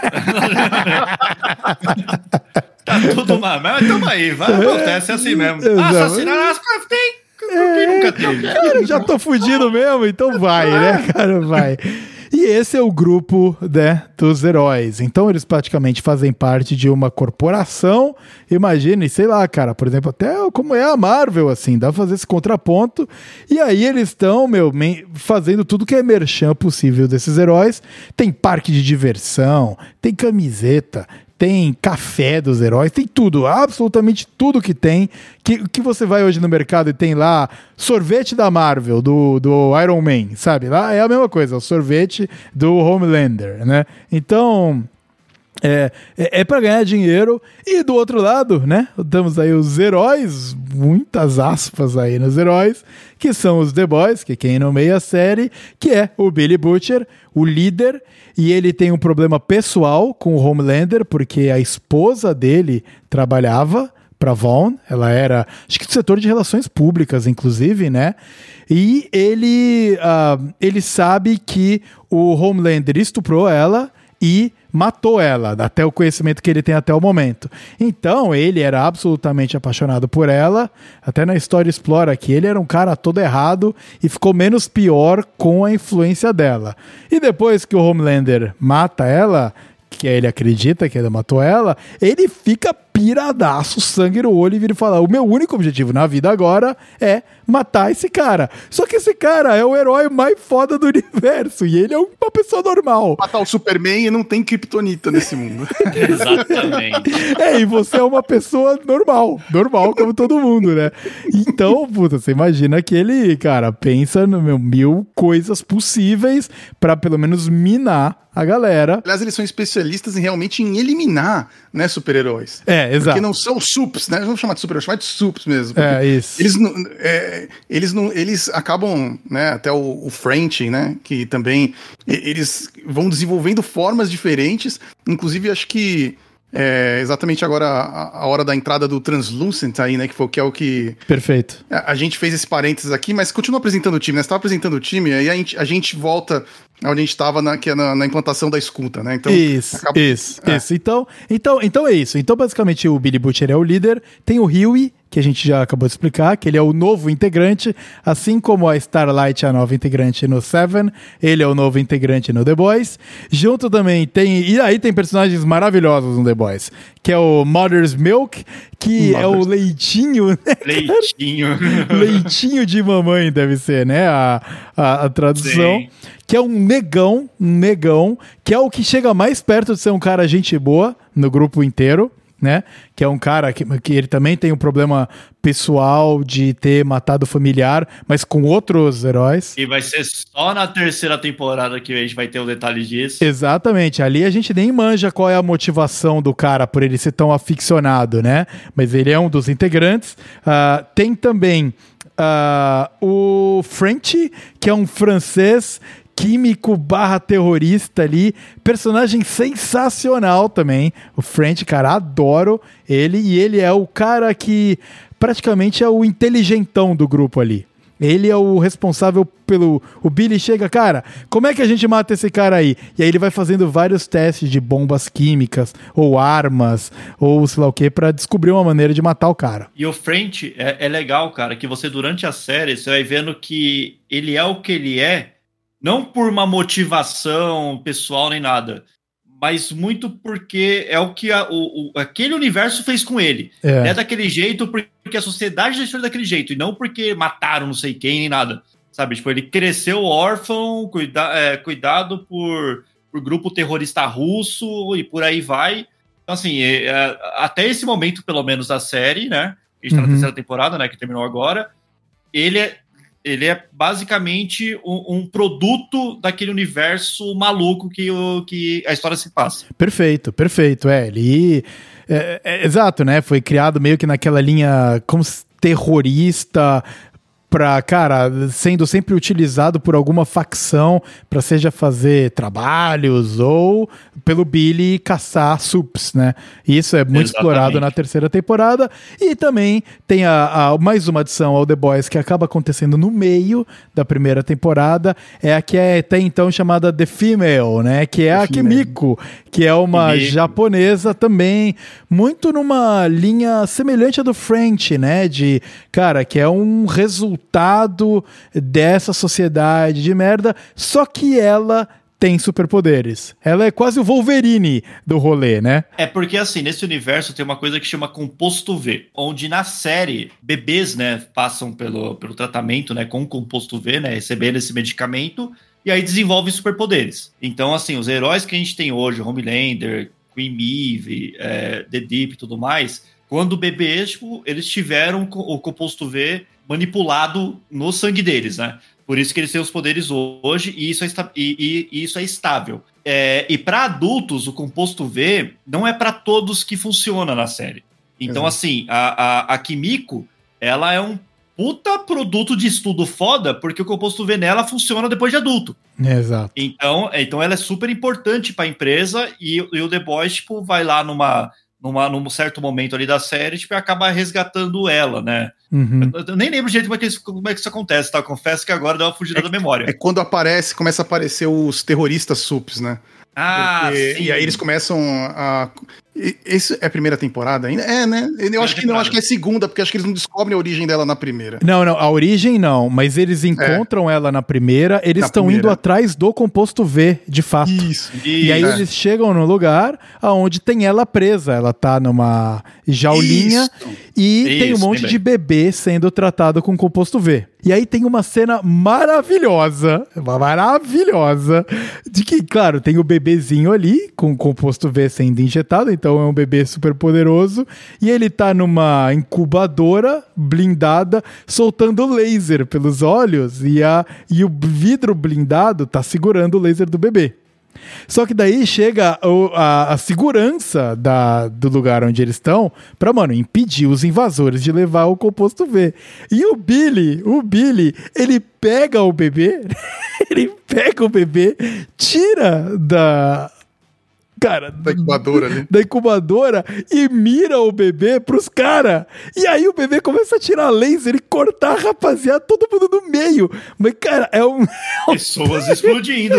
Tá tudo mal, mas tamo aí, vai, acontece assim mesmo. Ah, assassinar as coisas tem... Quem nunca teve? Cara, já tô fugindo mesmo, então vai, né, cara, vai. E esse é o grupo, né, dos heróis. Então eles praticamente fazem parte de uma corporação. Imagine, sei lá, cara, por exemplo, até como é a Marvel, assim, dá pra fazer esse contraponto. E aí eles estão, meu, fazendo tudo que é merchan possível desses heróis. Tem parque de diversão, tem camiseta, tem café dos heróis, tem tudo, absolutamente tudo que tem, que, que você vai hoje no mercado e tem lá sorvete da Marvel, do, do Iron Man, sabe? Lá é a mesma coisa, o sorvete do Homelander, né? Então... É, é, é para ganhar dinheiro. E do outro lado, né, temos aí os heróis, muitas aspas aí nos heróis, que são os The Boys, que é quem nomeia a série, que é o Billy Butcher, o líder, e ele tem um problema pessoal com o Homelander, porque a esposa dele trabalhava para Vaughn, ela era, acho que do setor de relações públicas, inclusive, né? E ele, uh, ele sabe que o Homelander estuprou ela e matou ela, até o conhecimento que ele tem até o momento. Então, ele era absolutamente apaixonado por ela, até na história explora que ele era um cara todo errado e ficou menos pior com a influência dela. E depois que o Homelander mata ela, que ele acredita que ele matou ela, ele fica piradaço, sangue no olho, e vira e fala, o meu único objetivo na vida agora é matar esse cara. Só que esse cara é o herói mais foda do universo, e ele é uma pessoa normal. Matar o Superman e não tem kryptonita nesse mundo. Exatamente. É, e você é uma pessoa normal, normal como todo mundo, né? Então, puta, você imagina que ele, cara, pensa no meu mil coisas possíveis pra pelo menos minar a galera. Aliás, eles são especialistas em realmente em eliminar, né, super-heróis. É, É, exato. Porque não são sups, né? Vamos chamar de super, vamos chamar de sups mesmo. É, isso. Eles não, é, eles não, eles acabam, né? Até o, o French, né? Que também eles vão desenvolvendo formas diferentes. Inclusive, acho que é exatamente agora a, a hora da entrada do Translucent aí, né? Que, foi, que é o que... Perfeito. A, a gente fez esse parênteses aqui, mas continua apresentando o time, né? Você estava apresentando o time, aí a gente, a gente volta onde a gente estava na, que é na, na implantação da escuta, né? Então, isso, acaba... isso, é. isso. Então, então, então é isso. Então, basicamente, o Billy Butcher é o líder. Tem o Huey, que a gente já acabou de explicar, que ele é o novo integrante, assim como a Starlight é a nova integrante no Seven, ele é o novo integrante no The Boys. Junto também tem... E aí tem personagens maravilhosos no The Boys, que é o Mother's Milk, que Mother's. é o leitinho... Né, leitinho. Leitinho de mamãe, deve ser, né? A, a, a tradução. Sim. Que é um negão, um negão, que é o que chega mais perto de ser um cara gente boa no grupo inteiro, né? Que é um cara que, que ele também tem um problema pessoal de ter matado o familiar, mas com outros heróis. E vai ser só na terceira temporada que a gente vai ter o detalhe disso. Exatamente. Ali a gente nem manja qual é a motivação do cara por ele ser tão aficionado, né? Mas ele é um dos integrantes. Uh, tem também uh, o French, que é um francês químico barra terrorista ali, personagem sensacional também, o French, cara, adoro ele, e ele é o cara que praticamente é o inteligentão do grupo ali. Ele é o responsável pelo... O Billy chega, cara, como é que a gente mata esse cara aí? E aí ele vai fazendo vários testes de bombas químicas, ou armas, ou sei lá o que, pra descobrir uma maneira de matar o cara. E o French é, é legal, cara, que você durante a série, você vai vendo que ele é o que ele é, não por uma motivação pessoal nem nada, mas muito porque é o que a, o, o, aquele universo fez com ele. É. é daquele jeito porque a sociedade deixou ele daquele jeito, e não porque mataram não sei quem nem nada. Sabe? Tipo, ele cresceu órfão, cuida, é, cuidado por, por grupo terrorista russo e por aí vai. Então, assim, é, é, até esse momento, pelo menos, da série, né? A gente tá uhum. na terceira temporada, né? Que terminou agora. Ele é Ele é basicamente um, um produto daquele universo maluco que, o, que a história se passa. Perfeito, perfeito. É, ele... É, é, exato, né? Foi criado meio que naquela linha como terrorista... Pra, cara, sendo sempre utilizado por alguma facção pra seja fazer trabalhos ou pelo Billy caçar sups, né? E isso é muito Exatamente. explorado na terceira temporada. E também tem a, a, mais uma adição ao The Boys que acaba acontecendo no meio da primeira temporada, é a que é até então chamada The Female, né? Que é The a Kimiko, que é uma Kimiko. japonesa também, muito numa linha semelhante à do French, né? De, cara, que é um resultado resultado dessa sociedade de merda, só que ela tem superpoderes. Ela é quase o Wolverine do rolê, né? É porque, assim, nesse universo tem uma coisa que chama composto V, onde na série, bebês, né, passam pelo, pelo tratamento, né, com composto V, né, recebendo esse medicamento, e aí desenvolvem superpoderes. Então, assim, os heróis que a gente tem hoje, Homelander, Queen Maeve, é, The Deep e tudo mais, quando bebês, tipo, eles tiveram o composto V manipulado no sangue deles, né? Por isso que eles têm os poderes hoje e isso é, esta- e, e, e isso é estável. É, e para adultos, o composto V não é para todos que funciona na série. Então, é. assim, a, a, a Kimiko, ela é um puta produto de estudo foda, porque o composto V nela funciona depois de adulto. Exato. Então, então ela é super importante para a empresa e, e o The Boys, tipo, vai lá numa... Numa, num certo momento ali da série, tipo, acaba resgatando ela, né? Uhum. Eu, eu nem lembro direito como é, que isso, como é que isso acontece, tá? Eu confesso que agora deu uma fugida é, da memória. É quando aparece, começa a aparecer os terroristas sups, né? Ah, Porque, sim. E aí eles começam a... Isso é a primeira temporada ainda? É, né? Eu acho que não, acho que é segunda, porque acho que eles não descobrem a origem dela na primeira. Não, não, a origem não, mas eles encontram é. ela na primeira, eles estão indo atrás do composto V, de fato. Isso. E aí é. eles chegam no lugar onde tem ela presa, ela tá numa jaulinha Isso. e Isso, tem um monte de bebê sendo tratado com composto V. E aí tem uma cena maravilhosa, maravilhosa, de que, claro, tem o bebezinho ali com composto V sendo injetado, então é um bebê super poderoso, e ele tá numa incubadora blindada, soltando laser pelos olhos, e, a, e o vidro blindado tá segurando o laser do bebê. Só que daí chega o, a, a segurança da, do lugar onde eles estão pra, mano, impedir os invasores de levar o composto V. E o Billy, o Billy, ele pega o bebê, ele pega o bebê, tira da... Cara, da incubadora ali. Da incubadora e mira o bebê pros caras. E aí o bebê começa a tirar laser e cortar a rapaziada, todo mundo no meio. Mas, cara, é um... Pessoas explodindo.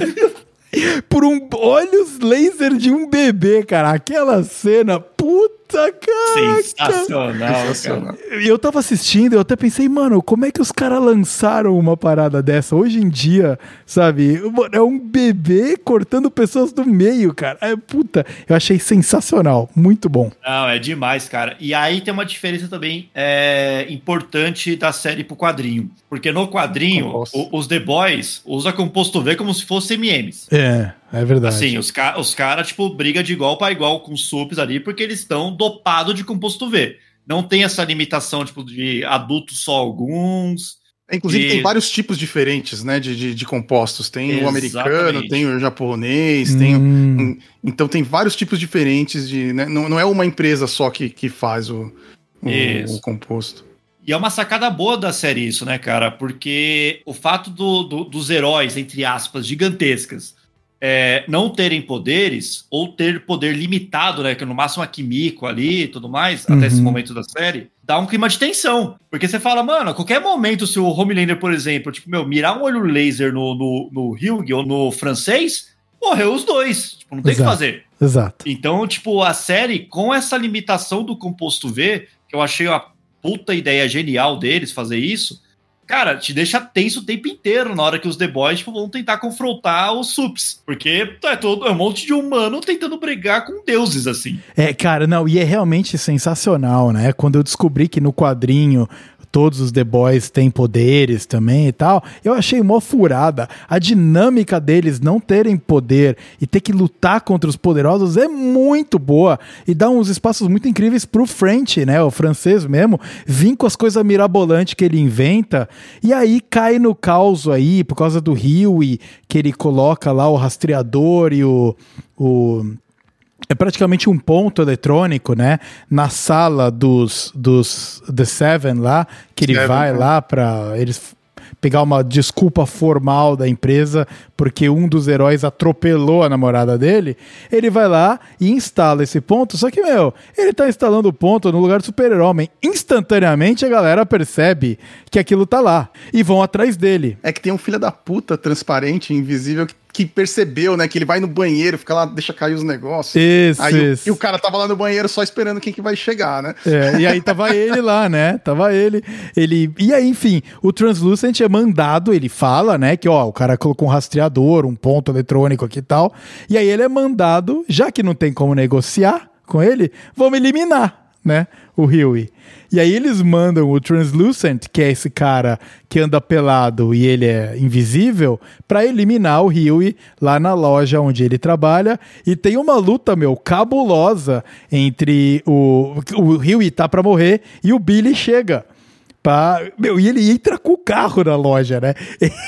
Por um olhos laser de um bebê, cara. Aquela cena, puta, cara. Sensacional, Sensacional. E eu tava assistindo, eu até pensei, mano, como é que os caras lançaram uma parada dessa? Hoje em dia, sabe? É um bebê cortando pessoas do meio, cara. É, puta, eu achei sensacional. Muito bom. Não, é demais, cara. E aí tem uma diferença também é, importante da série pro quadrinho. Porque no quadrinho, o, os The Boys usam composto V como se fosse M e M's. É, é verdade. Assim, os, ca os caras, tipo, brigam de igual para igual com os sups ali, porque eles estão dopados de composto V. Não tem essa limitação, tipo, de adultos só alguns. Inclusive, e... tem vários tipos diferentes, né, de, de, de compostos. Tem Exatamente. o americano, tem o japonês, hum. tem um, então tem vários tipos diferentes de... Né, não, não é uma empresa só que, que faz o, o, o composto. E é uma sacada boa da série isso, né, cara? Porque o fato do, do, dos heróis, entre aspas, gigantescas, é, não terem poderes, ou ter poder limitado, né, que no máximo a Kimiko ali e tudo mais, uhum. até esse momento da série, dá um clima de tensão. Porque você fala, mano, a qualquer momento, se o Homelander, por exemplo, tipo, meu, mirar um olho laser no, no, no Hugh ou no francês, morreu os dois. Tipo, não tem o que fazer. Exato. Então, tipo, a série, com essa limitação do composto V, que eu achei uma puta ideia genial deles fazer isso, cara, te deixa tenso o tempo inteiro na hora que os The Boys tipo, vão tentar confrontar os Sups. Porque é, todo, é um monte de humano tentando brigar com deuses, assim. É, cara, não, e é realmente sensacional, né? Quando eu descobri que no quadrinho todos os The Boys têm poderes também e tal, eu achei mó furada. A dinâmica deles não terem poder e ter que lutar contra os poderosos é muito boa e dá uns espaços muito incríveis pro French, né, o francês mesmo, vir com as coisas mirabolantes que ele inventa e aí cai no caos aí, por causa do Huey, que ele coloca lá o rastreador e o... o é praticamente um ponto eletrônico, né? Na sala dos, dos The Seven lá, que ele Seven, vai né? lá para eles pegar uma desculpa formal da empresa porque um dos heróis atropelou a namorada dele. Ele vai lá e instala esse ponto, só que, meu, ele tá instalando o ponto no lugar do Super-Homem. Instantaneamente a galera percebe que aquilo tá lá e vão atrás dele. É que tem um filho da puta transparente, invisível, que que percebeu, né, que ele vai no banheiro, fica lá, deixa cair os negócios. Isso, aí isso. O, e o cara tava lá no banheiro só esperando quem que vai chegar, né? É, e aí tava ele lá, né? Tava ele, ele... E aí, enfim, o Translucent é mandado, ele fala, né, que, ó, o cara colocou um rastreador, um ponto eletrônico aqui e tal, e aí ele é mandado, já que não tem como negociar com ele, vamos eliminar, né, o Huey. E aí eles mandam o Translucent, que é esse cara que anda pelado e ele é invisível, pra eliminar o Huey lá na loja onde ele trabalha. E tem uma luta, meu, cabulosa entre o... O Huey tá pra morrer e o Billy chega. Pra, meu, e ele entra com o carro na loja, né?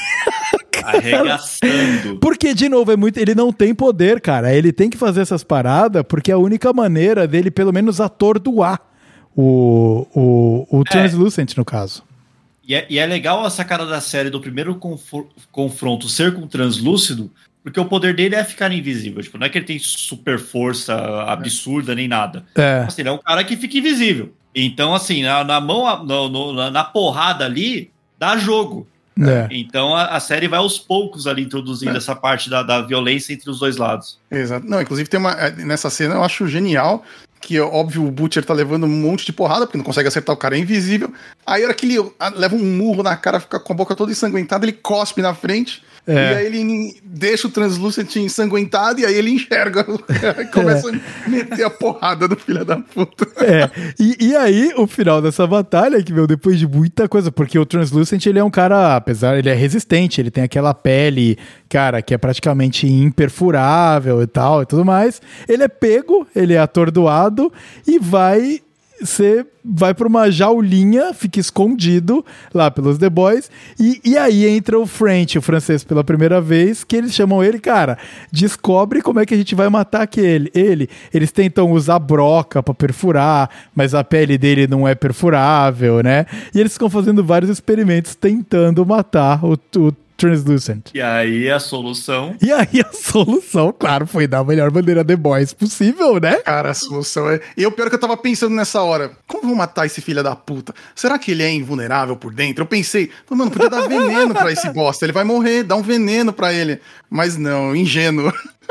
Arregaçando. Porque, de novo, é muito, ele não tem poder, cara. Ele tem que fazer essas paradas porque é a única maneira dele, pelo menos, atordoar o, o, o Translucent, é. no caso. E é, e é legal a sacada da série do primeiro confor, confronto ser com o Translúcido, porque o poder dele é ficar invisível. Tipo, não é que ele tem super força absurda nem nada. É. Assim, ele é um cara que fica invisível. Então, assim, na, na mão, no, no, na porrada ali, dá jogo. É. Então a, a série vai aos poucos ali introduzindo é. essa parte da, da violência entre os dois lados. Exato. Não, inclusive tem uma... Nessa cena eu acho genial que, óbvio, o Butcher tá levando um monte de porrada, porque não consegue acertar o cara, é invisível. Aí, a hora que ele leva um murro na cara, fica com a boca toda ensanguentada, ele cospe na frente, é. e aí ele deixa o Translucent ensanguentado, e aí ele enxerga, e começa é. a meter a porrada do filho da puta. É, e, e aí, o final dessa batalha, que, meu, depois de muita coisa, porque o Translucent, ele é um cara, apesar, ele é resistente, ele tem aquela pele, cara, que é praticamente imperfurável e tal, e tudo mais. Ele é pego, ele é atordoado, e vai você vai pra uma jaulinha, fica escondido lá pelos The Boys, e, e aí entra o French, o francês, pela primeira vez, que eles chamam ele, cara, descobre como é que a gente vai matar aquele, ele. Eles tentam usar broca pra perfurar, mas a pele dele não é perfurável, né? E eles ficam fazendo vários experimentos tentando matar o, o Translucent. E aí a solução... E aí a solução, claro, foi dar a melhor bandeira The Boys possível, né? Cara, a solução é... E o pior é que eu tava pensando nessa hora, como vou matar esse filho da puta? Será que ele é invulnerável por dentro? Eu pensei, mano, podia dar veneno pra esse bosta, ele vai morrer, dá um veneno pra ele. Mas não, ingênuo.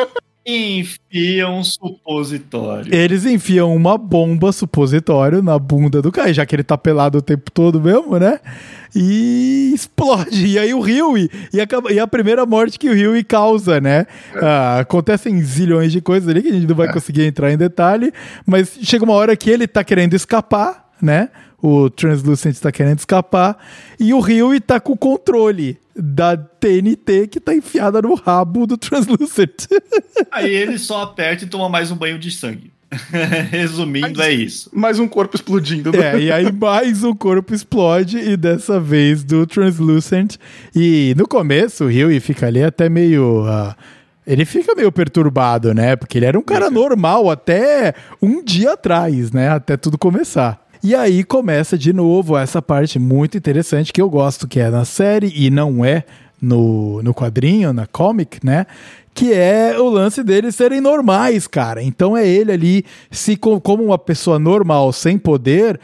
Enfiam um supositório. Eles enfiam uma bomba supositório na bunda do cara, já que ele tá pelado o tempo todo mesmo, né? E explode. E aí o Huey, e a, e a primeira morte que o Huey causa, né? Ah, acontecem zilhões de coisas ali que a gente não vai é. conseguir entrar em detalhe, mas chega uma hora que ele tá querendo escapar, né? O Translucent tá querendo escapar e o Huey tá com o controle da T N T que tá enfiada no rabo do Translucent. Aí ele só aperta e toma mais um banho de sangue. Resumindo, mais, é isso. Mais um corpo explodindo. É, e aí mais um corpo explode, e dessa vez do Translucent. E no começo o Huey fica ali até meio... Uh, ele fica meio perturbado, né? Porque ele era um cara normal até um dia atrás, né? Até tudo começar. E aí começa de novo essa parte muito interessante que eu gosto, que é na série e não é no, no quadrinho, na comic, né? Que é o lance deles serem normais, cara. Então é ele ali, se como uma pessoa normal, sem poder,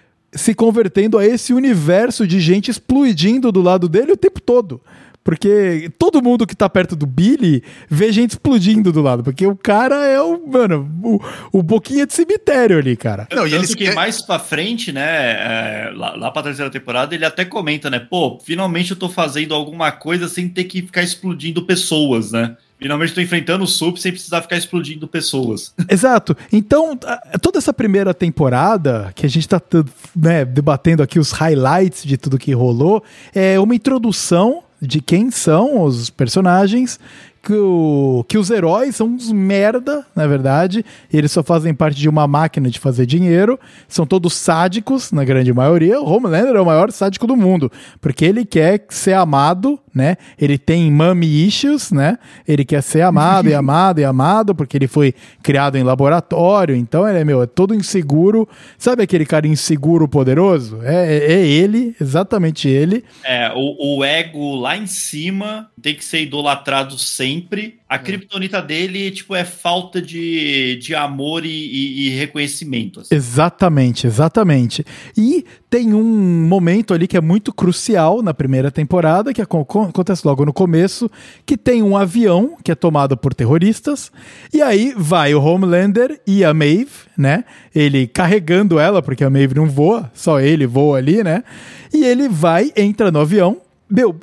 se convertendo a esse universo de gente explodindo do lado dele o tempo todo. Porque todo mundo que tá perto do Billy vê gente explodindo do lado. Porque o cara é o, mano, o, o boquinha de cemitério ali, cara. Não, e eles que mais pra frente, né, é, lá, lá pra terceira temporada, ele até comenta, né, pô, finalmente eu tô fazendo alguma coisa sem ter que ficar explodindo pessoas, né? Finalmente estou enfrentando o Sup sem precisar ficar explodindo pessoas. Exato. Então, toda essa primeira temporada, que a gente está, né, debatendo aqui os highlights de tudo que rolou, é uma introdução de quem são os personagens, que, o, que os heróis são uns merda, na verdade, eles só fazem parte de uma máquina de fazer dinheiro, são todos sádicos, na grande maioria. O Homelander é o maior sádico do mundo, porque ele quer ser amado, né? Ele tem mommy issues, né? Ele quer ser amado e amado e amado, porque ele foi criado em laboratório, então ele é, meu, é todo inseguro. Sabe aquele cara inseguro poderoso? É, é, é ele, exatamente ele. É, o, o ego lá em cima tem que ser idolatrado sempre. A criptonita dele, tipo, é falta de, de amor e, e, e reconhecimento. Assim. Exatamente, exatamente. E tem um momento ali que é muito crucial na primeira temporada, que acontece logo no começo, que tem um avião que é tomado por terroristas, e aí vai o Homelander e a Maeve, né? Ele carregando ela, porque a Maeve não voa, só ele voa ali, né? E ele vai, entra no avião, meu,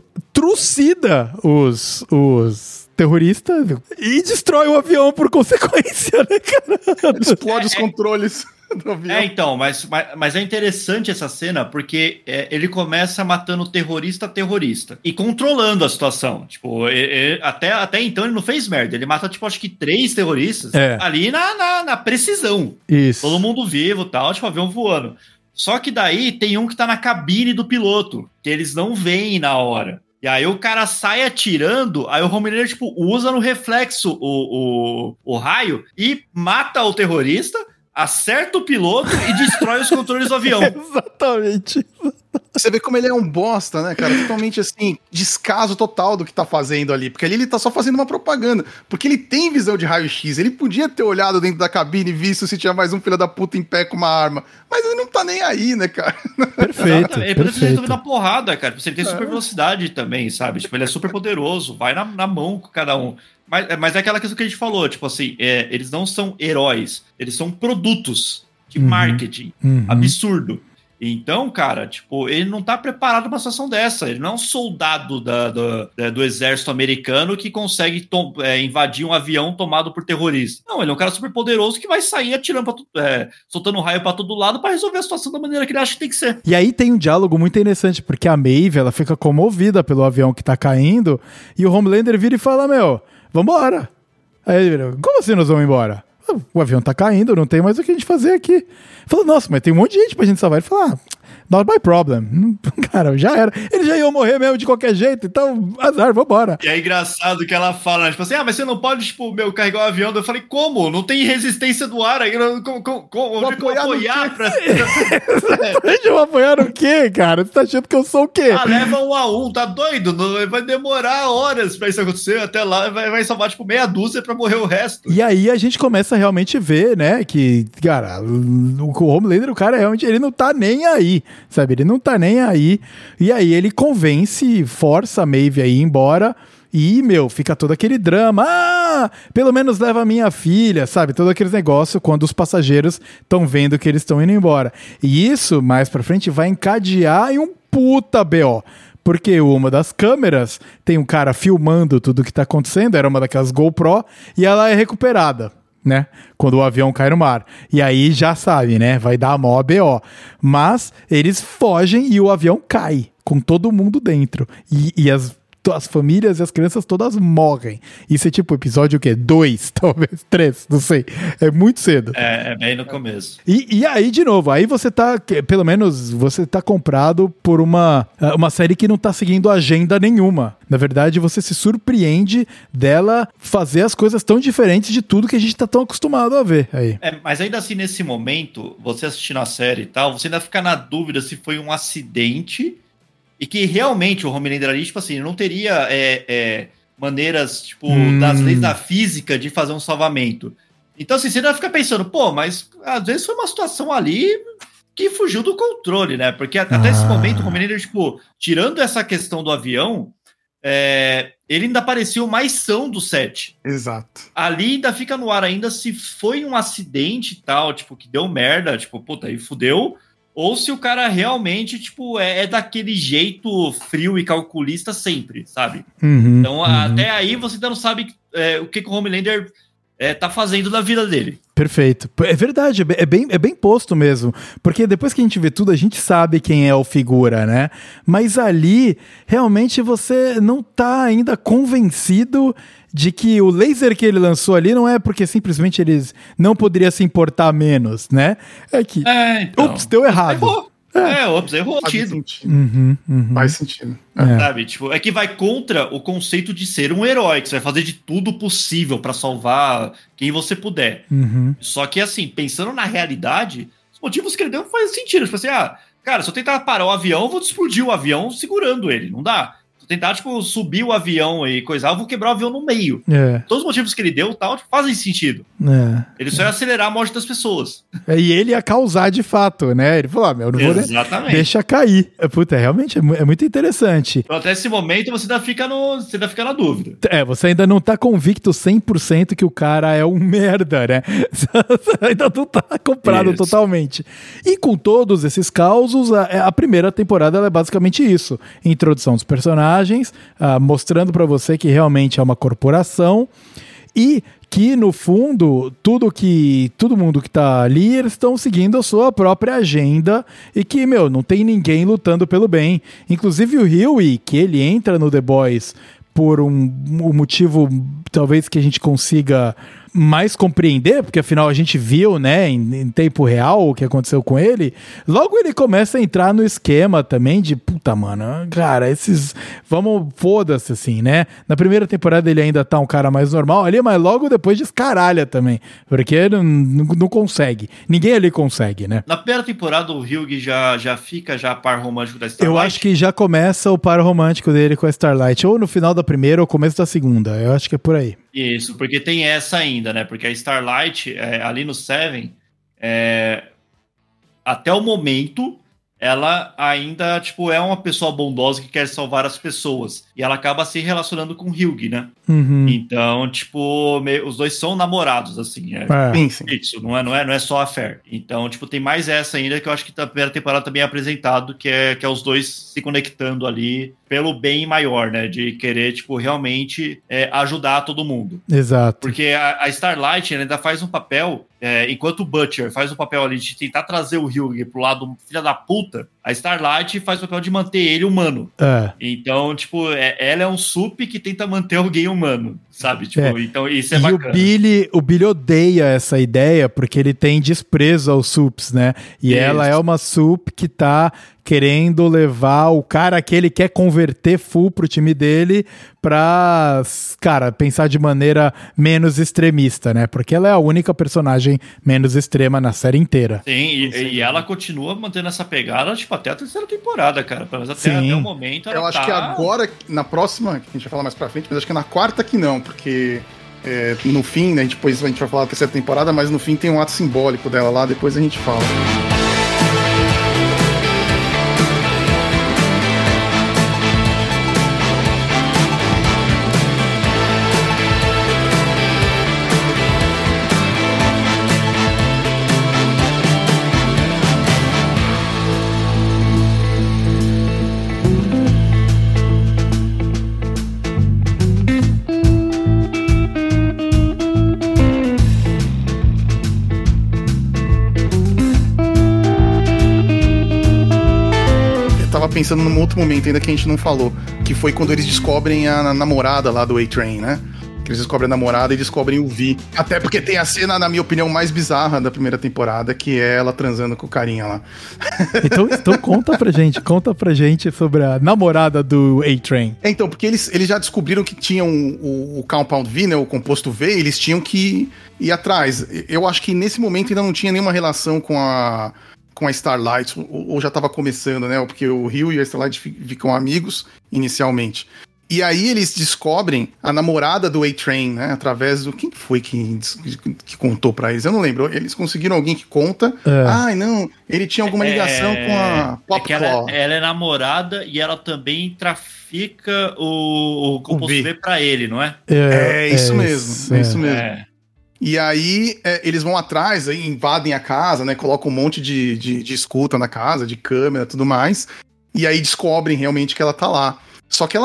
trucida os... os terrorista e destrói o avião por consequência, né, cara? Explode é, os controles é, do avião. É, então, mas, mas, mas é interessante essa cena porque é, ele começa matando terrorista a terrorista e controlando a situação. Tipo, ele, ele, até, até então ele não fez merda. Ele mata, tipo, acho que três terroristas é. ali na, na, na precisão. Isso. Todo mundo vivo e tal, tipo, avião voando. Só que daí tem um que tá na cabine do piloto, que eles não veem na hora. E aí o cara sai atirando, aí o Homelander, tipo, usa no reflexo o, o, o raio e mata o terrorista, acerta o piloto e destrói os controles do avião. Exatamente. Você vê como ele é um bosta, né, cara? Totalmente, assim, descaso total do que tá fazendo ali. Porque ali ele tá só fazendo uma propaganda. Porque ele tem visão de raio-x. Ele podia ter olhado dentro da cabine e visto se tinha mais um filho da puta em pé com uma arma. Mas ele não tá nem aí, né, cara? Perfeito, ele perfeito. resolver na porrada, cara. Ele tem super velocidade também, sabe? Tipo, ele é super poderoso. Vai na, na mão com cada um. Mas, mas é aquela questão que a gente falou. Tipo assim, é, eles não são heróis. Eles são produtos de uhum, marketing. Uhum. Absurdo. Então, cara, tipo, ele não tá preparado pra uma situação dessa. Ele não é um soldado da, do, do exército americano que consegue tom, é, invadir um avião tomado por terroristas. Não, ele é um cara super poderoso que vai sair atirando, pra, é, soltando um raio pra todo lado pra resolver a situação da maneira que ele acha que tem que ser. E aí tem um diálogo muito interessante, porque a Maeve, ela fica comovida pelo avião que tá caindo, e o Homelander vira e fala, meu, vambora. Aí ele vira, como assim nós vamos embora? o avião tá caindo, não tem mais o que a gente fazer aqui. Falou, nossa, mas tem um monte de gente pra gente salvar. Ele falou, ah, not my problem. Cara, já era. Eles já iam morrer mesmo de qualquer jeito, então azar, vambora. E é engraçado que ela fala, tipo assim, ah, mas você não pode, tipo, meu, carregar o avião. Eu falei, como? Não tem resistência do ar aí, como, como, como, onde que eu vou apoiar pra... Exatamente, eu vou apoiar no quê, cara? Você tá achando que eu sou o quê? Ah, leva um a um, tá doido? Não, vai demorar horas pra isso acontecer, até lá vai, vai salvar, tipo, meia dúzia pra morrer o resto. E aí a gente começa a realmente ver, né, que, cara, o Homelander, o cara realmente, ele não tá nem aí, sabe? Ele não tá nem aí. E aí ele convence, força a Maeve a ir embora. E, meu, fica todo aquele drama. Ah, pelo menos leva a minha filha, sabe? Todo aquele negócio quando os passageiros estão vendo que eles estão indo embora. E isso, mais pra frente, vai encadear em um puta B O. Porque uma das câmeras tem um cara filmando tudo que tá acontecendo, era uma daquelas GoPro, e ela é recuperada, né? Quando o avião cai no mar. E aí já sabe, né? Vai dar a mó B O. Mas eles fogem e o avião cai, com todo mundo dentro. E, e as, as famílias e as crianças todas morrem. Isso é tipo episódio o quê? Dois, talvez, três, não sei. É muito cedo. É, é bem no começo. E, e aí, de novo, aí você tá, pelo menos, você tá comprado por uma, uma série que não tá seguindo agenda nenhuma. Na verdade, você se surpreende dela fazer as coisas tão diferentes de tudo que a gente tá tão acostumado a ver aí. É, mas ainda assim, nesse momento, você assistindo a série e tal, você ainda fica na dúvida se foi um acidente e que realmente o Homelander ali, tipo assim, não teria é, é, maneiras, tipo, hum. das leis da física de fazer um salvamento. Então, assim, você ainda fica pensando, pô, mas às vezes foi uma situação ali que fugiu do controle, né? Porque até ah. esse momento o Homelander, tipo, tirando essa questão do avião, é, ele ainda parecia o mais são do set. Exato. Ali ainda fica no ar ainda se foi um acidente e tal, tipo, que deu merda, tipo, puta, aí fudeu, ou se o cara realmente, tipo, é, é daquele jeito frio e calculista sempre, sabe? Uhum, então, uhum. até aí você ainda não sabe é, o que, que o Homelander é, tá fazendo na vida dele. Perfeito. É verdade, é bem, é bem posto mesmo. Porque depois que a gente vê tudo, a gente sabe quem é o figura, né? Mas ali, realmente, você não tá ainda convencido de que o laser que ele lançou ali não é porque simplesmente eles não poderiam se importar menos, né? É que, é, então, ups, deu errado. Errou. É, ops, errou. Faz sentido. Uhum, uhum. Faz sentido. É. Sabe, tipo, é que vai contra o conceito de ser um herói, que você vai fazer de tudo possível pra salvar quem você puder. Uhum. Só que, assim, pensando na realidade, os motivos que ele deu fazem sentido. Tipo assim, ah, cara, se eu tentar parar o avião, eu vou explodir o avião segurando ele. Não dá. Se eu tentar, tipo, subir o avião e coisar, eu vou quebrar o avião no meio. É. Todos os motivos que ele deu tal, tipo, fazem sentido. É. Ele só ia acelerar a morte das pessoas. É, e ele ia causar de fato, né? Ele falou, ah, meu, não vou Exatamente. Deixa cair. Puta, realmente é, é muito interessante. Então, até esse momento, você ainda fica, no, você ainda fica na dúvida. É, você ainda não tá convicto cem por cento que o cara é um merda, né? Ainda não tá comprado isso. Totalmente. E com todos esses causos, a, a primeira temporada ela é basicamente isso. Introdução dos personagens, uh, mostrando pra você que realmente é uma corporação e que, no fundo, tudo que todo mundo que tá ali, eles estão seguindo a sua própria agenda e que, meu, não tem ninguém lutando pelo bem. Inclusive o Hughie, que ele entra no The Boys por um, um motivo, talvez, que a gente consiga mais compreender, porque afinal a gente viu, né, em, em tempo real o que aconteceu com ele, logo ele começa a entrar no esquema também de, puta, mano, cara, esses, vamos, foda-se, assim, né, na primeira temporada ele ainda tá um cara mais normal ali, mas logo depois descaralha também, porque ele não, não, não consegue, ninguém ali consegue, né. Na primeira temporada o Hughie já, já fica já par romântico da Starlight? Eu acho que já começa o par romântico dele com a Starlight, ou no final da primeira ou começo da segunda, eu acho que é por aí. Isso, porque tem essa ainda, né? Porque a Starlight, é, ali no Seven, é, até o momento, ela ainda, tipo, é uma pessoa bondosa que quer salvar as pessoas. E ela acaba se relacionando com o Hughie, né? Uhum. Então, tipo, meio, os dois são namorados, assim. É, é. Sim, sim. Isso, não é, não, é, não é só a Fair. Então, tipo, tem mais essa ainda que eu acho que na primeira temporada também é apresentado, que é, que é os dois se conectando ali pelo bem maior, né? De querer, tipo, realmente é, ajudar todo mundo. Exato. Porque a, a Starlight ela ainda faz um papel, é, enquanto o Butcher faz um papel ali de tentar trazer o Hughie pro lado filha da puta, A Starlight faz o papel de manter ele humano. É. Então, tipo, é, ela é um sup que tenta manter alguém humano, sabe? Tipo, É. então isso é e bacana. o Billy, o Billy odeia essa ideia porque ele tem desprezo aos sups, né? E Isso. ela é uma sup que tá querendo levar o cara que ele quer converter full pro time dele pra, cara, pensar de maneira menos extremista, né? Porque ela é a única personagem menos extrema na série inteira. Sim, e, Sim. e ela continua mantendo essa pegada, tipo, até a terceira temporada, cara. Pelo menos até, Sim. até o momento ela Eu acho tá... que agora, na próxima, que a gente vai falar mais pra frente, mas acho que na quarta que não, porque é, no fim, né, depois a gente vai falar da terceira temporada, mas no fim tem um ato simbólico dela lá, depois a gente fala. Pensando num outro momento ainda que a gente não falou, que foi quando eles descobrem a namorada lá do A-Train, né? Que eles descobrem a namorada e descobrem o Vi. Até porque tem a cena, na minha opinião, mais bizarra da primeira temporada, que é ela transando com o carinha lá. Então, então conta pra gente, conta pra gente sobre a namorada do A-Train. É, então, porque eles, eles já descobriram que tinham o, o Compound V, né? O composto V, eles tinham que ir atrás. Eu acho que nesse momento ainda não tinha nenhuma relação com a... com a Starlight, ou, ou já estava começando, né? Porque o Rio e a Starlight ficam amigos inicialmente. E aí eles descobrem a namorada do A-Train, né? Através do... Quem foi que, que contou pra eles? Eu não lembro. Eles conseguiram alguém que conta. É. Ai, não. Ele tinha alguma ligação é... com a Popclaw. É ela, ela é namorada e ela também trafica o, o composto V pra ele, não é? É, é isso é mesmo. Isso, é isso mesmo. É. E aí é, eles vão atrás, aí invadem a casa, né? Colocam um monte de, de, de escuta na casa, de câmera e tudo mais. E aí descobrem realmente que ela tá lá. Só que ela...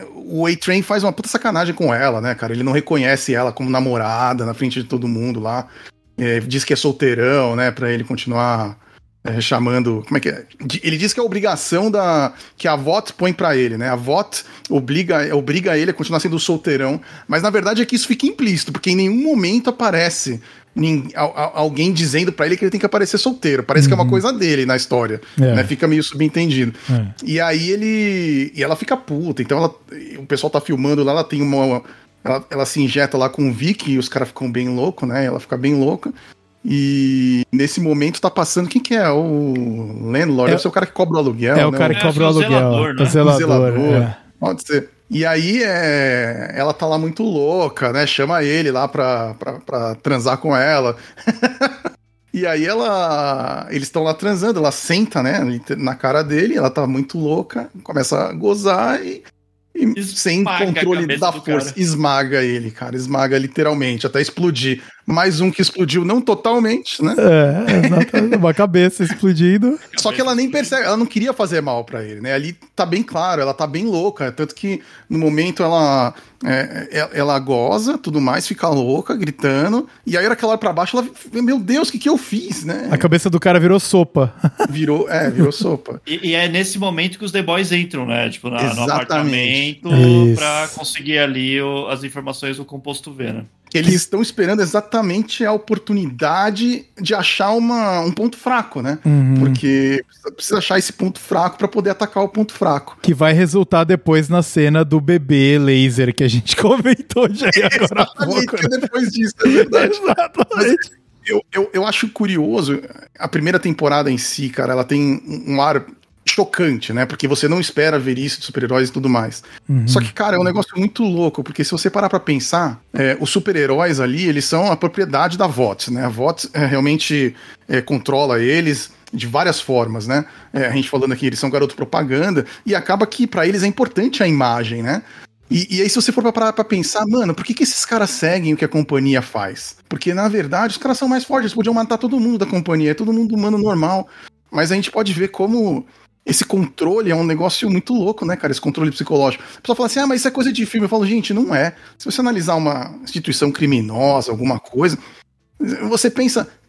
O A-Train faz uma puta sacanagem com ela, né, cara? Ele não reconhece ela como namorada na frente de todo mundo lá. É, diz que é solteirão, né? Pra ele continuar é, chamando... Como é que é? Ele diz que é a obrigação da, que a V O T põe pra ele, né? A V O T obriga, obriga ele a continuar sendo solteirão. Mas na verdade é que isso fica implícito, porque em nenhum momento aparece ninguém, alguém dizendo pra ele que ele tem que aparecer solteiro. Parece uhum. que é uma coisa dele na história. É. Né? Fica meio subentendido. É. E aí ele... E ela fica puta. Então ela, o pessoal tá filmando lá, ela tem uma... Ela, ela se injeta lá com o Vic e os caras ficam bem loucos, né? Ela fica bem louca. E nesse momento tá passando... Quem que é? O landlord? É, deve ser o cara que cobra o aluguel, É né? o cara que cobra o aluguel. Zelador, né? O zelador, o zelador. É. Pode ser. E aí é, ela tá lá muito louca, né? Chama ele lá pra, pra, pra transar com ela. E aí ela... Eles estão lá transando, ela senta, né? Na cara dele, ela tá muito louca, começa a gozar e... E sem controle da força, cara. Esmaga ele, cara, esmaga literalmente, até explodir. Mais um que explodiu, não totalmente, né? É, exatamente, uma cabeça explodindo. Só que ela nem percebe, ela não queria fazer mal pra ele, né? Ali tá bem claro, ela tá bem louca, tanto que no momento ela, é, ela goza, tudo mais, fica louca, gritando, e aí naquela hora pra baixo, ela, meu Deus, o que que eu fiz, né? A cabeça do cara virou sopa. Virou, é, virou sopa. E, e é nesse momento que os The Boys entram, né? Tipo, na, no apartamento, Isso. pra conseguir ali o, as informações do composto V, né? Eles que... estão esperando exatamente a oportunidade de achar uma, um ponto fraco, né? Uhum. Porque precisa achar esse ponto fraco para poder atacar o ponto fraco. Que vai resultar depois na cena do bebê laser que a gente comentou já agora há pouco. Né? Depois disso, é verdade. Exatamente. Eu, eu, eu acho curioso, a primeira temporada em si, cara, ela tem um ar... chocante, né? Porque você não espera ver isso de super-heróis e tudo mais. Uhum. Só que, cara, é um negócio muito louco, porque se você parar pra pensar, é, os super-heróis ali, eles são a propriedade da V O T, né? A V O T é, realmente é, controla eles de várias formas, né? É, a gente falando aqui, eles são garoto propaganda, e acaba que pra eles é importante a imagem, né? E, e aí, se você for pra parar pra pensar, mano, por que que esses caras seguem o que a companhia faz? Porque, na verdade, os caras são mais fortes, eles podiam matar todo mundo da companhia, é todo mundo humano normal. Mas a gente pode ver como... esse controle é um negócio muito louco, né, cara? Esse controle psicológico. A pessoa fala assim, ah, mas isso é coisa de filme. Eu falo, gente, não é. Se você analisar uma instituição criminosa, alguma coisa, você pensa,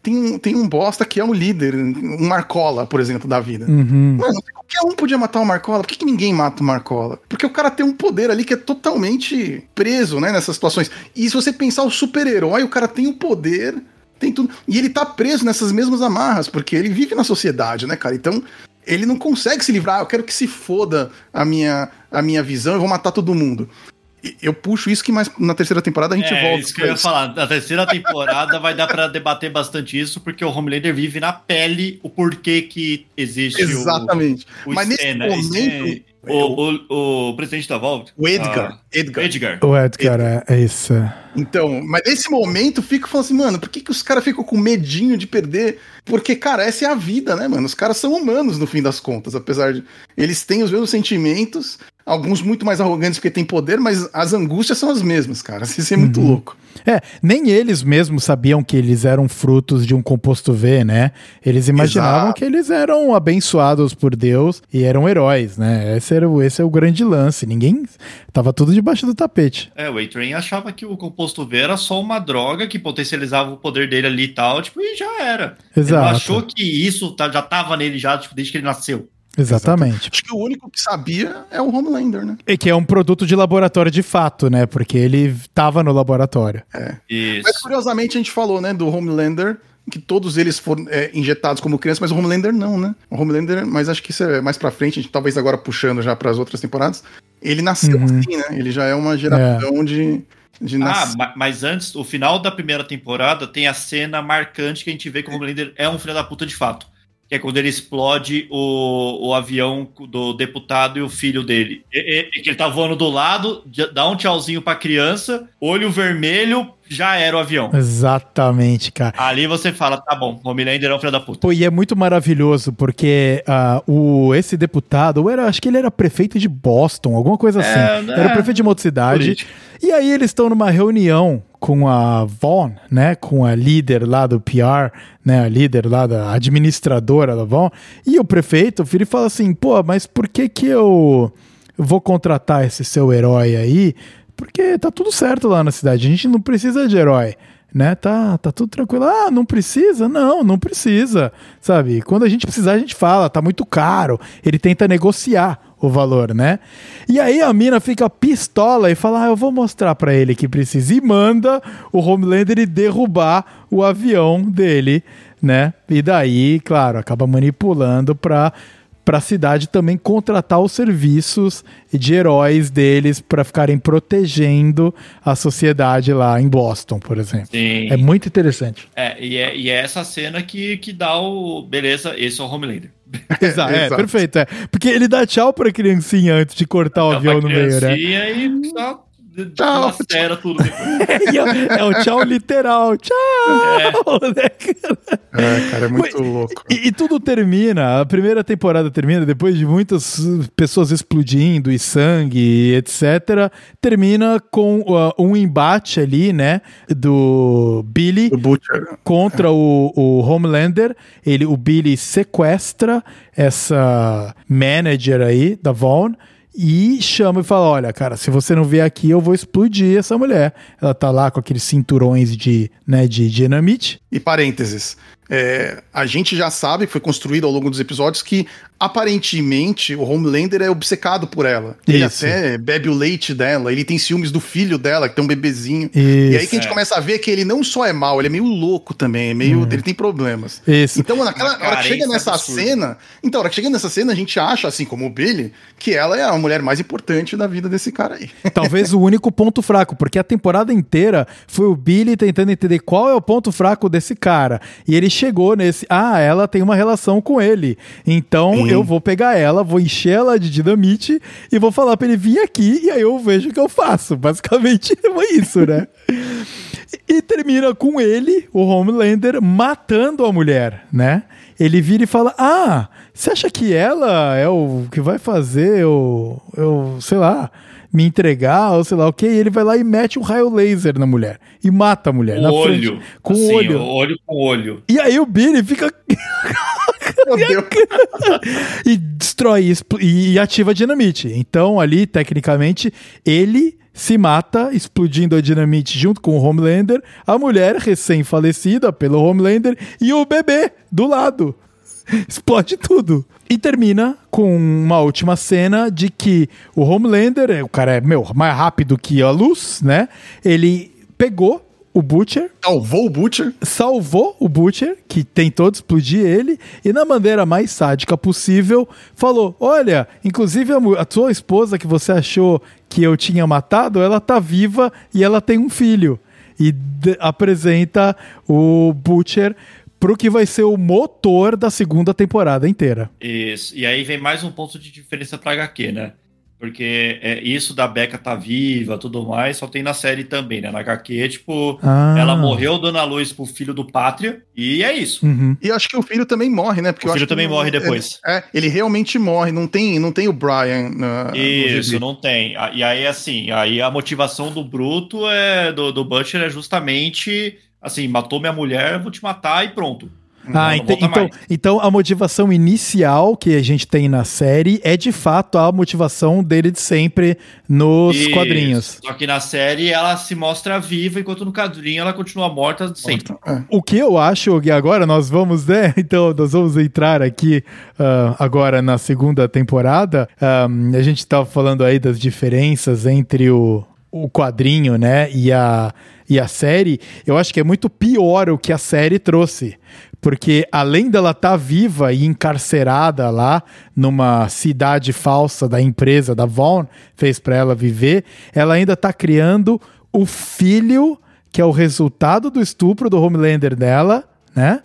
tem um, tem um bosta que é um líder, um Marcola, por exemplo, da vida. Uhum. Mano, qualquer um podia matar o Marcola. Por que, que ninguém mata o Marcola? Porque o cara tem um poder ali que é totalmente preso, né, nessas situações. E se você pensar o super-herói, o cara tem o poder, tem tudo. E ele tá preso nessas mesmas amarras, porque ele vive na sociedade, né, cara? Então, ele não consegue se livrar. Eu quero que se foda a minha, a minha visão, eu vou matar todo mundo. Eu puxo isso que mais na terceira temporada a gente é, volta. É isso que eu ia falar. Na terceira temporada vai dar pra debater bastante isso, porque o Homelander vive na pele o porquê que existe Exatamente. o, o Mas Stena, nesse momento... Stena, o, o, o presidente da Valve. O Edgar. Ah, Edgar. Edgar. O Edgar, Edgar. É, é isso. Então, mas nesse momento fico falando assim, mano, por que, que os caras ficam com medinho de perder? Porque, cara, essa é a vida, né, mano? Os caras são humanos no fim das contas, apesar de... Eles têm os mesmos sentimentos, alguns muito mais arrogantes porque têm poder, mas as angústias são as mesmas, cara. Isso é muito uhum. louco. É, nem eles mesmos sabiam que eles eram frutos de um composto V, né? Eles imaginavam Exato. que eles eram abençoados por Deus e eram heróis, né? Esse, era o, esse é o grande lance. Ninguém... Tava tudo debaixo do tapete. É, o A-Train achava que o composto V era só uma droga que potencializava o poder dele ali e tal, tipo, e já era. Exato. Ele achou que isso já tava nele já, tipo, desde que ele nasceu. Exatamente. Acho que o único que sabia é o Homelander, né? E que é um produto de laboratório de fato, né? Porque ele tava no laboratório. É. Isso. Mas curiosamente a gente falou, né, do Homelander, que todos eles foram é, injetados como criança, mas o Homelander não, né? O Homelander, mas acho que isso é mais pra frente, a gente talvez agora puxando já pras outras temporadas, ele nasceu uhum. assim, né? Ele já é uma geração é. de... de ah, mas antes, o final da primeira temporada tem a cena marcante que a gente vê que o Homelander é um filho da puta de fato. Que é quando ele explode o, o avião do deputado e o filho dele. E, e, que ele tá voando do lado, dá um tchauzinho pra criança, olho vermelho, já era o avião. Exatamente, cara. Ali você fala, tá bom, o Homelander é um filho da puta. Pô, e é muito maravilhoso, porque uh, o, esse deputado, eu era, acho que ele era prefeito de Boston, alguma coisa assim. É, né? Era prefeito de uma outra cidade. Política. E aí eles estão numa reunião com a Vaughn, né, com a líder lá do P R, né, a líder lá da administradora da Vaughn, e o prefeito, o filho, fala assim, pô, mas por que que eu vou contratar esse seu herói aí? Porque tá tudo certo lá na cidade, a gente não precisa de herói, né, tá, tá tudo tranquilo. Ah, não precisa? Não, não precisa, sabe? Quando a gente precisar, a gente fala, tá muito caro. Ele tenta negociar o valor, né? E aí a mina fica pistola e fala, ah, eu vou mostrar pra ele que precisa, e manda o Homelander derrubar o avião dele, né? E daí, claro, acaba manipulando pra para a cidade também contratar os serviços de heróis deles para ficarem protegendo a sociedade lá em Boston, por exemplo. Sim. É muito interessante. É, e é, e é essa cena que, que dá o... Beleza, esse é o Homelander. Exato, é, Exato. Perfeito. É. Porque ele dá tchau pra criancinha antes de cortar o tchau avião no meio, né? E só... Tchau, tchau. Tudo é, é o tchau literal. Tchau! É, é cara, é muito e, louco. E, e tudo termina, a primeira temporada termina, depois de muitas pessoas explodindo e sangue, e etcétera. Termina com uh, um embate ali, né? Do Billy do Butcher. contra é. o, o Homelander. Ele, o Billy sequestra essa manager aí da Vaughn e chama e fala, olha, cara, se você não vier aqui, eu vou explodir essa mulher. Ela tá lá com aqueles cinturões de, né, de dinamite. E parênteses, é, a gente já sabe, que foi construído ao longo dos episódios, que aparentemente o Homelander é obcecado por ela. Ele Isso. até bebe o leite dela, ele tem ciúmes do filho dela, que tem um bebezinho. Isso. E aí que a gente é. começa a ver que ele não só é mau, ele é meio louco também, é meio, hum. ele tem problemas. Isso. Então, naquela hora que chega nessa absurda. cena, então, a hora que chega nessa cena, a gente acha, assim como o Billy, que ela é a mulher mais importante da vida desse cara aí. Talvez o único ponto fraco, porque a temporada inteira foi o Billy tentando entender qual é o ponto fraco desse cara. E ele chegou nesse, ah, ela tem uma relação com ele, então Sim. eu vou pegar ela, vou encher ela de dinamite e vou falar pra ele vir aqui e aí eu vejo o que eu faço. Basicamente foi isso, né? E termina com ele, o Homelander, matando a mulher, né? Ele vira e fala, ah, você acha que ela é o que vai fazer eu, eu sei lá, me entregar, ou sei lá o que, e ele vai lá e mete um raio laser na mulher, e mata a mulher, o na olho, frente, com assim, o olho. olho com olho. E aí o Billy fica... e destrói e ativa a dinamite. Então ali, tecnicamente, ele se mata explodindo a dinamite junto com o Homelander, a mulher recém-falecida pelo Homelander e o bebê do lado. Explode tudo. E termina com uma última cena de que o Homelander, o cara é, meu, mais rápido que a luz, né? Ele pegou o Butcher. Salvou o Butcher. Salvou o Butcher, que tentou explodir ele, e na maneira mais sádica possível, falou, olha, inclusive a, a tua esposa que você achou que eu tinha matado, ela tá viva e ela tem um filho. E de- apresenta o Butcher pro que vai ser o motor da segunda temporada inteira. Isso. E aí vem mais um ponto de diferença pra H Q, né? Porque é, isso da Becca tá viva, tudo mais, só tem na série também, né? Na H Q, tipo, Ah. ela morreu dando a luz pro filho do Pátria, e é isso. Uhum. E acho que o filho também morre, né? Porque O eu filho acho que também ele- morre depois. Ele, é, ele realmente morre. Não tem, não tem o Brian na, no Isso, gibi. não tem. Ah, E aí, assim, aí a motivação do Bruto, é do, do Butcher, é justamente, assim, matou minha mulher, vou te matar e pronto. Ah, Não ente- volta então, mais. então a motivação inicial que a gente tem na série é de fato a motivação dele de sempre nos Isso. quadrinhos. Só que na série ela se mostra viva, enquanto no quadrinho ela continua morta de sempre. É. O que eu acho, Gui, agora nós vamos, né? Então, nós vamos entrar aqui ah, agora na segunda temporada. Ah, a gente estava falando aí das diferenças entre o, o quadrinho, né? E a, e a série. Eu acho que é muito pior o que a série trouxe. Porque além dela estar viva e encarcerada lá numa cidade falsa da empresa da Vaughn, fez para ela viver, ela ainda está criando o filho que é o resultado do estupro do Homelander dela, né?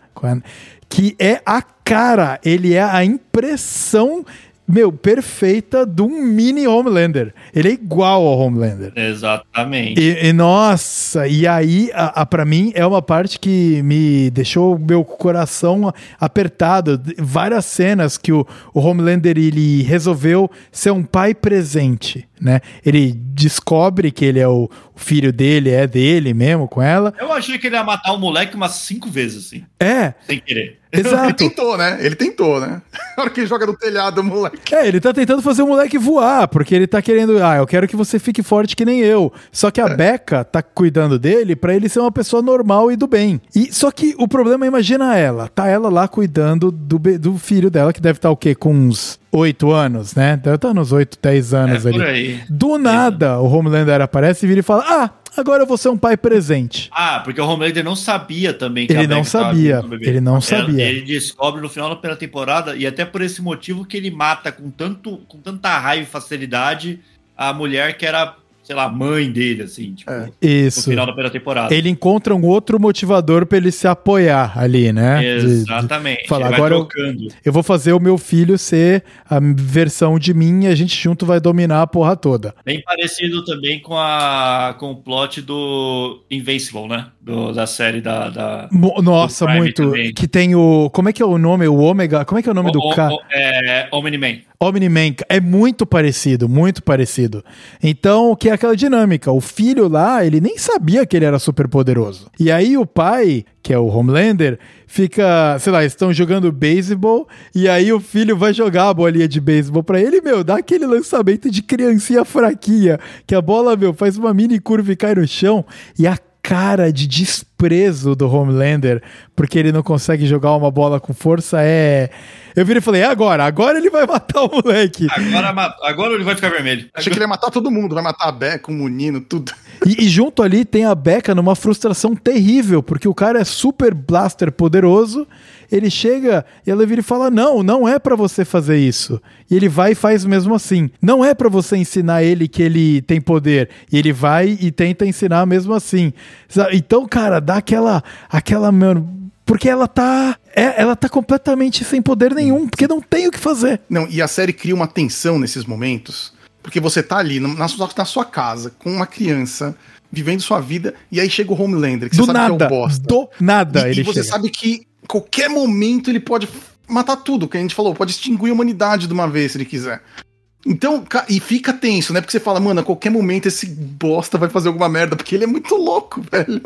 Que é a cara, ele é a impressão, meu, perfeita de um mini Homelander. Ele é igual ao Homelander. Exatamente. E, e, nossa, e aí, a, a, pra mim, é uma parte que me deixou meu coração apertado. Várias cenas que o, o Homelander, ele resolveu ser um pai presente, né? Ele descobre que ele é o, o filho dele, é dele mesmo, com ela. Eu achei que ele ia matar o moleque umas cinco vezes, assim, É, sem querer. Ele exato. tentou, né? Ele tentou, né? Na hora que ele joga no telhado, o moleque. É, ele tá tentando fazer o moleque voar, porque ele tá querendo, ah, eu quero que você fique forte que nem eu. Só que a Becca tá cuidando dele pra ele ser uma pessoa normal e do bem. E só que o problema, imagina ela, tá ela lá cuidando do, be- do filho dela, que deve estar o quê? Com uns oito anos, né? Deve estar nos oito, dez anos É, ali. por aí. Do nada, o Homelander aparece e vira e fala, ah, agora eu vou ser um pai presente. Ah, porque o Homelander não sabia também que Ele a não Becca tava sabia, vindo com o bebê. ele não Ela- sabia. Ele descobre no final da primeira temporada, e até por esse motivo que ele mata com, tanto, com tanta raiva e facilidade a mulher que era, sei lá, mãe dele, assim, tipo, É. no Isso. final da primeira temporada. Ele encontra um outro motivador pra ele se apoiar ali, né? De- de- Exatamente. falar, ele vai agora eu- trocando. Eu vou fazer o meu filho ser a versão de mim e a gente junto vai dominar a porra toda. Bem parecido também com, a, com o plot do Invincible, né? Do, da série da... da... Mo- Nossa, Do Prime muito. também. Que tem o. Como é que é o nome? O Ômega. Como é que é o nome O- do o- cara? o- É, Omni-Man. Omni-Man. É muito parecido, muito parecido. Então, que é aquela dinâmica. O filho lá, ele nem sabia que ele era super poderoso. E aí o pai, que é o Homelander, fica, sei lá, estão jogando beisebol e aí o filho vai jogar a bolinha de beisebol pra ele, meu, dá aquele lançamento de criancinha fraquinha, que a bola, meu, faz uma mini curva e cai no chão e a cara de desprezo do Homelander porque ele não consegue jogar uma bola com força é... Eu virei e falei, é agora, agora ele vai matar o moleque. Agora, ma- agora ele vai ficar vermelho. Achei que ele ia matar todo mundo, vai matar a Becca, o menino, tudo. E, e junto ali tem a Becca numa frustração terrível, porque o cara é super blaster poderoso, ele chega e ela vira e fala, não, não é pra você fazer isso. E ele vai e faz mesmo assim. Não é pra você ensinar ele que ele tem poder. E ele vai e tenta ensinar mesmo assim. Então, cara, dá aquela... aquela mano, porque ela tá... É, ela tá completamente sem poder nenhum, porque não tem o que fazer. Não, e a série cria uma tensão nesses momentos, porque você tá ali na sua, na sua casa, com uma criança, vivendo sua vida, e aí chega o Homelander, que Do você sabe que é nada, o bosta. do nada E, ele e você chega. sabe que qualquer momento ele pode matar tudo, que a gente falou, pode extinguir a humanidade de uma vez, se ele quiser. Então, ca- e fica tenso, né? Porque você fala, mano, a qualquer momento esse bosta vai fazer alguma merda, porque ele é muito louco, velho.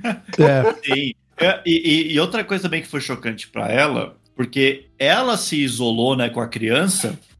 É. Sim. É, E, e- e outra coisa também que foi chocante pra ela, porque ela se isolou, né, com a criança,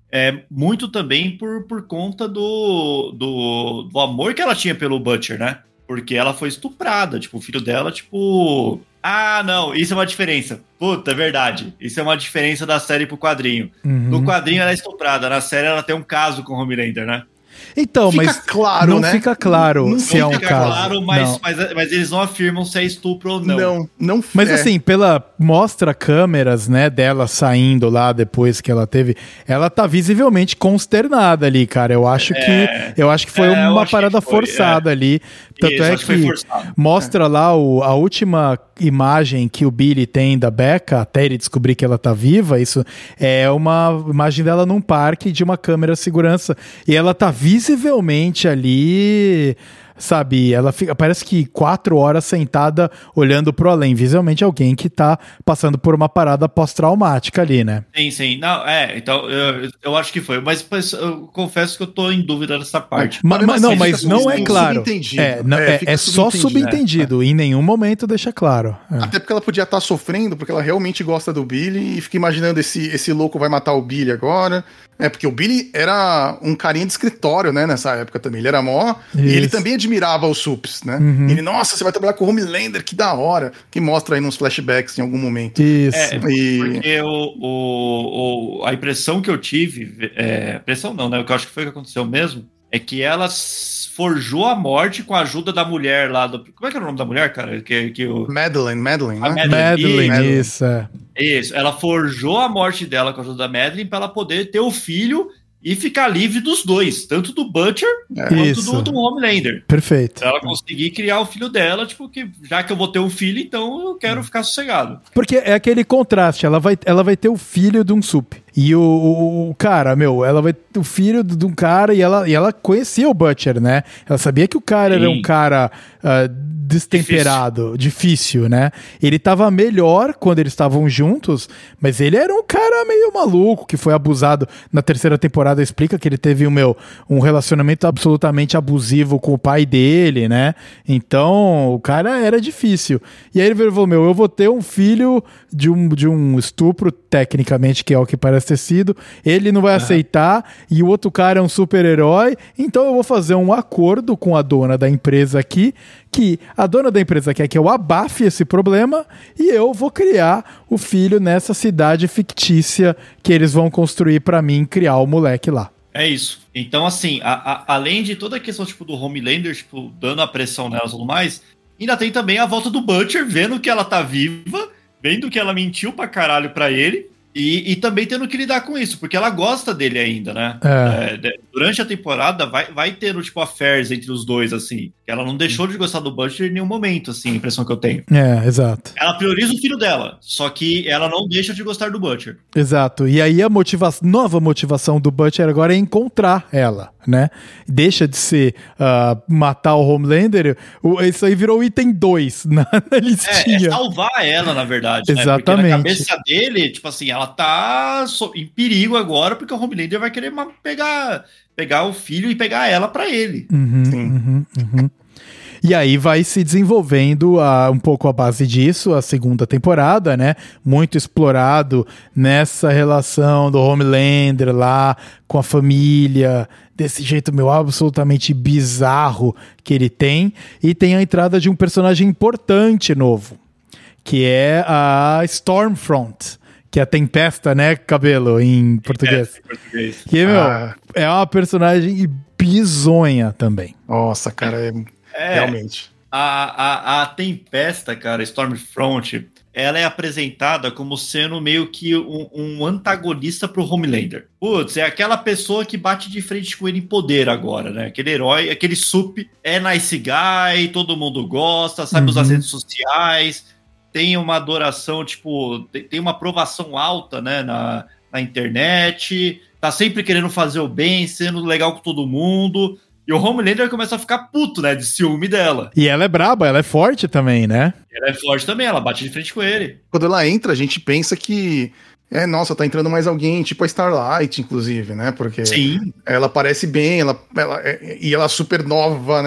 é muito também por, por conta do, do, do amor que ela tinha pelo Butcher, né? Porque ela foi estuprada, tipo, o filho dela, tipo... Ah, não, isso é uma diferença. Puta, é verdade. Isso é uma diferença da série pro quadrinho. Uhum. No quadrinho ela é estuprada, na série ela tem um caso com o Homelander, né? Então, fica mas claro, não né? fica claro não se fica é um fica caso. claro, mas, Não. mas, mas eles não afirmam se é estupro ou não. Não, não Mas é. assim, pela mostra câmeras, né, dela saindo lá depois que ela teve, ela tá visivelmente consternada ali, cara. Eu acho É, que eu acho que foi é, eu uma acho parada que foi, forçada é. ali. Tanto Isso, é acho que foi que forçado. mostra lá o, a última imagem que o Billy tem da Becca, até ele descobrir que ela tá viva. Isso é uma imagem dela num parque de uma câmera de segurança. E ela tá visivelmente ali, sabe, ela fica, parece que quatro horas sentada olhando pro além, visivelmente alguém que tá passando por uma parada pós-traumática ali, né? Sim, sim. Não, é, então eu, eu acho que foi. Mas, mas eu confesso que eu tô em dúvida nessa parte. Ma- Mas ma- não, assim, mas fica não é sub- claro. subentendido. É, não- É, é, fica é só subentendido. subentendido. Em nenhum momento deixa claro. É. Até porque ela podia estar sofrendo, porque ela realmente gosta do Billy e fica imaginando esse, esse louco vai matar o Billy agora. É, porque o Billy era um carinha de escritório, né, nessa época também. Ele era mó... Isso. E ele também admirava os Sups, né? Uhum. Ele, nossa, você vai trabalhar com o Homelander, que da hora. Que mostra aí nos flashbacks em algum momento. Isso. É, E... porque o, o, o, a impressão que eu tive, é, impressão não, né? O que eu acho que foi o que aconteceu mesmo, é que ela s- forjou a morte com a ajuda da mulher lá. Do, como é que era o nome da mulher, cara? Que, que o, Madeline, Madeline, A né? Madeline. Madeline, Isso. isso. É. isso, ela forjou a morte dela com a ajuda da Madeline pra ela poder ter o filho e ficar livre dos dois, tanto do Butcher É. quanto Isso. do, do Homelander. Perfeito. Pra ela conseguir criar o filho dela, tipo, que já que eu vou ter um filho, então eu quero ficar sossegado. Porque é aquele contraste, ela vai, ela vai ter o filho de um sup. E o, o, o cara, meu, ela vai ter o filho de um cara e ela, e ela conhecia o Butcher, né? Ela sabia que o cara Sim. era um cara ah, destemperado, difícil. difícil, né? Ele tava melhor quando eles estavam juntos, mas ele era um cara meio maluco, que foi abusado. Na terceira temporada explica que ele teve o meu, um relacionamento absolutamente abusivo com o pai dele, né? Então, o cara era difícil. E aí ele falou, meu, eu vou ter um filho de um, de um estupro, tecnicamente, que é o que parece ter sido. Ele não vai uhum. aceitar, e o outro cara é um super-herói, então eu vou fazer um acordo com a dona da empresa aqui, que a dona da empresa quer que eu abafe esse problema, e eu vou criar o filho nessa cidade fictícia que eles vão construir pra mim, criar o moleque lá. É isso. Então, assim, a, a, além de toda a questão tipo, do Homelander, tipo, dando a pressão nela e tudo mais, ainda tem também a volta do Butcher, vendo que ela tá viva, vendo que ela mentiu pra caralho pra ele, e, e também tendo que lidar com isso, porque ela gosta dele ainda, né? É. É, durante a temporada vai, vai tendo, tipo, affairs entre os dois, assim. Ela não deixou de gostar do Butcher em nenhum momento, assim, a impressão que eu tenho. É, exato. Ela prioriza o filho dela, só que ela não deixa de gostar do Butcher. Exato. E aí a motivação, nova motivação do Butcher agora é encontrar ela, né? Deixa de ser uh, matar o Homelander. O, isso aí virou item dois na, na listinha. É, é salvar ela, na verdade. Exatamente. Né? Porque na cabeça dele, tipo assim, ela tá em perigo agora porque o Homelander vai querer pegar, pegar o filho e pegar ela pra ele. Uhum, uhum, uhum. E aí vai se desenvolvendo uh, um pouco a base disso, a segunda temporada, né? Muito explorado nessa relação do Homelander lá com a família, desse jeito meu absolutamente bizarro que ele tem. E tem a entrada de um personagem importante novo, que é a Stormfront. Que é a Tempesta, né, Cabelo, em português. Em português. Que, meu, Ah. é uma personagem bizonha também. Nossa, cara, é... É, realmente. A, a, a Tempesta, cara, Stormfront, ela é apresentada como sendo meio que um, um antagonista pro Homelander. Putz, é aquela pessoa que bate de frente com ele em poder agora, né? Aquele herói, aquele sup, é nice guy, todo mundo gosta, sabe, Uhum. usar as redes sociais, tem uma adoração, tipo, tem, tem uma aprovação alta, né, na, na internet, tá sempre querendo fazer o bem, sendo legal com todo mundo. E o Homelander começa a ficar puto, né, de ciúme dela. E ela é braba, ela é forte também, né? Ela é forte também, ela bate de frente com ele. Quando ela entra, a gente pensa que... É, nossa, tá entrando mais alguém, tipo a Starlight, inclusive, né? Porque Sim. ela parece bem, ela, ela, é- e ela é super nova, né?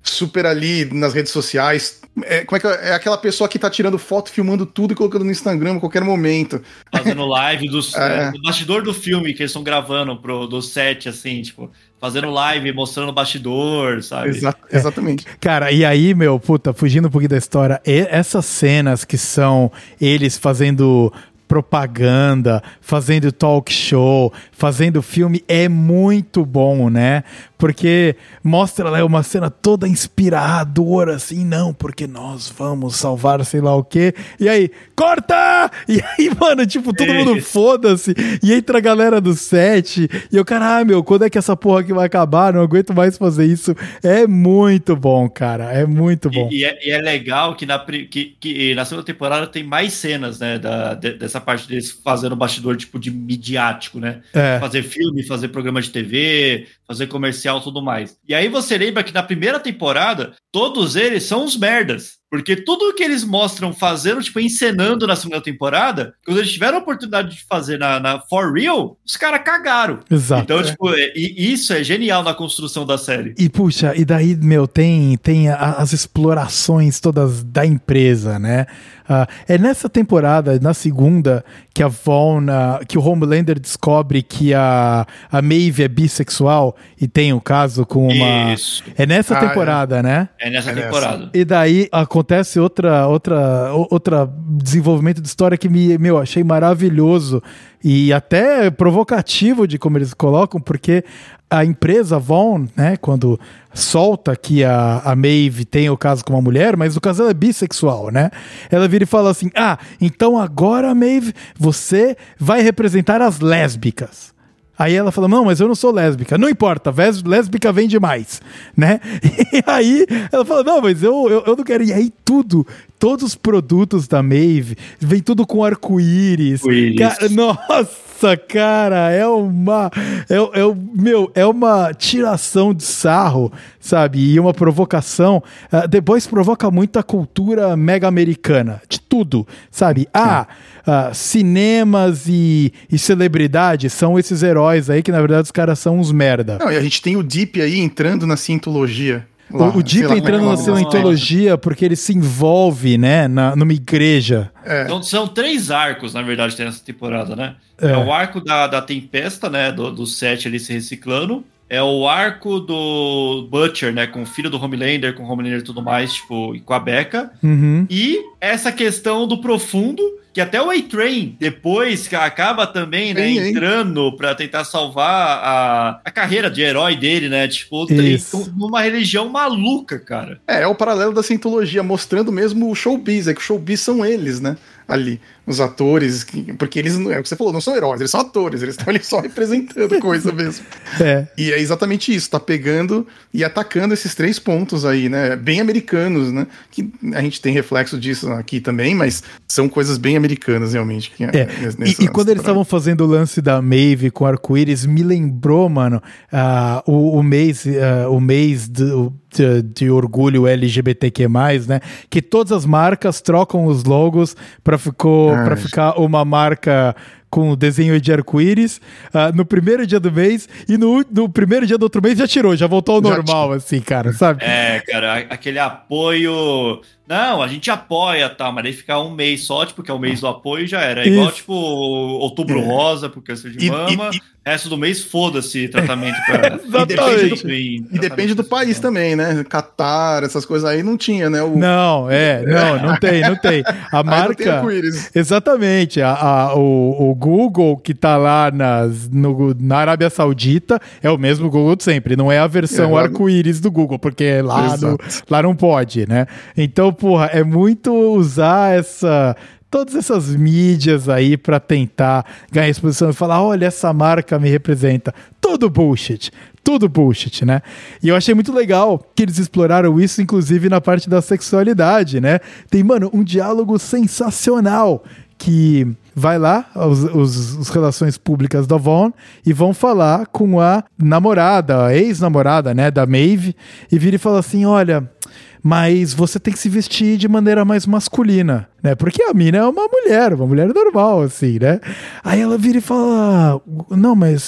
super ali nas redes sociais. É, como é, que é? É aquela pessoa que tá tirando foto, filmando tudo e colocando no Instagram a qualquer momento. Fazendo live dos, é. É, do bastidor do filme que eles estão gravando pro, do set, assim, tipo, fazendo live, mostrando o bastidor, sabe? Exa- exatamente. É. Cara, e aí, meu, puta, fugindo um pouquinho da história, e- essas cenas que são eles fazendo propaganda, fazendo talk show, fazendo filme, é muito bom, né? Porque mostra lá uma cena toda inspiradora, assim, não, porque nós vamos salvar sei lá o quê. E aí, corta! E aí, mano, tipo, todo mundo foda-se. E entra a galera do set. E eu, caralho, meu, quando é que essa porra aqui vai acabar? Não aguento mais fazer isso. É muito bom, cara. É muito bom. E, e, é, e é legal que na, que, que na segunda temporada tem mais cenas, né? Da, de, dessa parte deles fazendo bastidor, tipo, de midiático, né? É. Fazer filme, fazer programa de T V, fazer comercial, tudo mais. E aí você lembra que na primeira temporada, todos eles são uns merdas. Porque tudo que eles mostram fazendo, tipo, encenando na segunda temporada, quando eles tiveram a oportunidade de fazer na, na For Real, os caras cagaram. Exato. Então, tipo, é, e isso é genial na construção da série. E, puxa, e daí, meu, tem, tem a, as explorações todas da empresa, né? Uh, é nessa temporada, na segunda, que a Vaughn, uh, que o Homelander descobre que a, a Maeve é bissexual e tem um caso com uma... Isso. É nessa ah, temporada, é. né? É nessa É temporada. nessa. E daí acontece outra, outra, outra desenvolvimento de história que me, meu, achei maravilhoso e até provocativo de como eles colocam, porque a empresa Vaughn, né, quando solta que a, a Maeve tem o caso com uma mulher, mas no caso ela é bissexual, né? Ela vira e fala assim, ah, então agora, Maeve, você vai representar as lésbicas. Aí ela fala, não, mas eu não sou lésbica. Não importa, lésbica vende mais, né? E aí ela fala, não, mas eu, eu, eu não quero. E aí tudo, todos os produtos da Maeve, vem tudo com arco-íris. Cara, nossa, cara, é uma... É, é, meu, é uma tiração de sarro, sabe? E uma provocação. Uh, The Boys provoca muito a cultura mega americana, de tudo, sabe? Ah, uh, cinemas e, e celebridades são esses heróis aí que, na verdade, os caras são uns merda. Não, e a gente tem o Deep aí entrando na cientologia. Lá, o o Deep entrando na cientologia porque ele se envolve, né, na, numa igreja. É. Então são três arcos, na verdade, tem nessa temporada, né? É, é o arco da, da Tempesta, né, do, do set ali se reciclando. É o arco do Butcher, né, com o filho do Homelander, com o Homelander e tudo mais, tipo, e com a Becca. Uhum. E essa questão do Profundo, que até o A-Train depois acaba também, né, sim, entrando pra tentar salvar a, a carreira de herói dele, né, tipo, Isso. numa religião maluca, cara. É, é o paralelo da cientologia, mostrando mesmo o showbiz, é que o showbiz são eles, né, ali, os atores, que, porque eles, é o que você falou, não são heróis, eles são atores, eles estão ali só representando coisa mesmo. É. E é exatamente isso, tá pegando e atacando esses três pontos aí, né, bem americanos, né, que a gente tem reflexo disso aqui também, mas são coisas bem americanas, realmente. Que é, é. nessa, e, e quando eles estavam fazendo o lance da Maeve com arco-íris, me lembrou, mano, uh, o, o mês, uh, o mês do, de, de orgulho L G B T Q mais, né, que todas as marcas trocam os logos pra, ficou, ah, pra ficar uma marca com o desenho de arco-íris uh, no primeiro dia do mês e no, no primeiro dia do outro mês já tirou, já voltou ao já normal, tira. Assim, cara, sabe? É, cara, aquele apoio... Não, a gente apoia, tá, mas daí ficar um mês só, tipo, que é o mês do apoio já era. É igual, tipo, outubro é. rosa por câncer de e, mama, e, e... resto do mês, foda-se tratamento pra... e depende do, e depende do país também, né? Catar, essas coisas aí não tinha, né? O... Não, é, não, não tem, não tem. A marca... Não tem exatamente, a, a, o, o Google que tá lá nas, no, na Arábia Saudita é o mesmo Google de sempre, não é a versão é, arco-íris do Google, porque lá, no, lá não pode, né? Então, porra, é muito usar essa... todas essas mídias aí pra tentar ganhar exposição e falar, olha, essa marca me representa. Tudo bullshit. Tudo bullshit, né? E eu achei muito legal que eles exploraram isso, inclusive na parte da sexualidade, né? Tem, mano, um diálogo sensacional que vai lá, os, os, os relações públicas da Vaughn, e vão falar com a namorada, a ex-namorada, né, da Maeve, e vira e fala assim, olha... mas você tem que se vestir de maneira mais masculina, né? Porque a mina é uma mulher, uma mulher normal, assim, né? Aí ela vira e fala, não, mas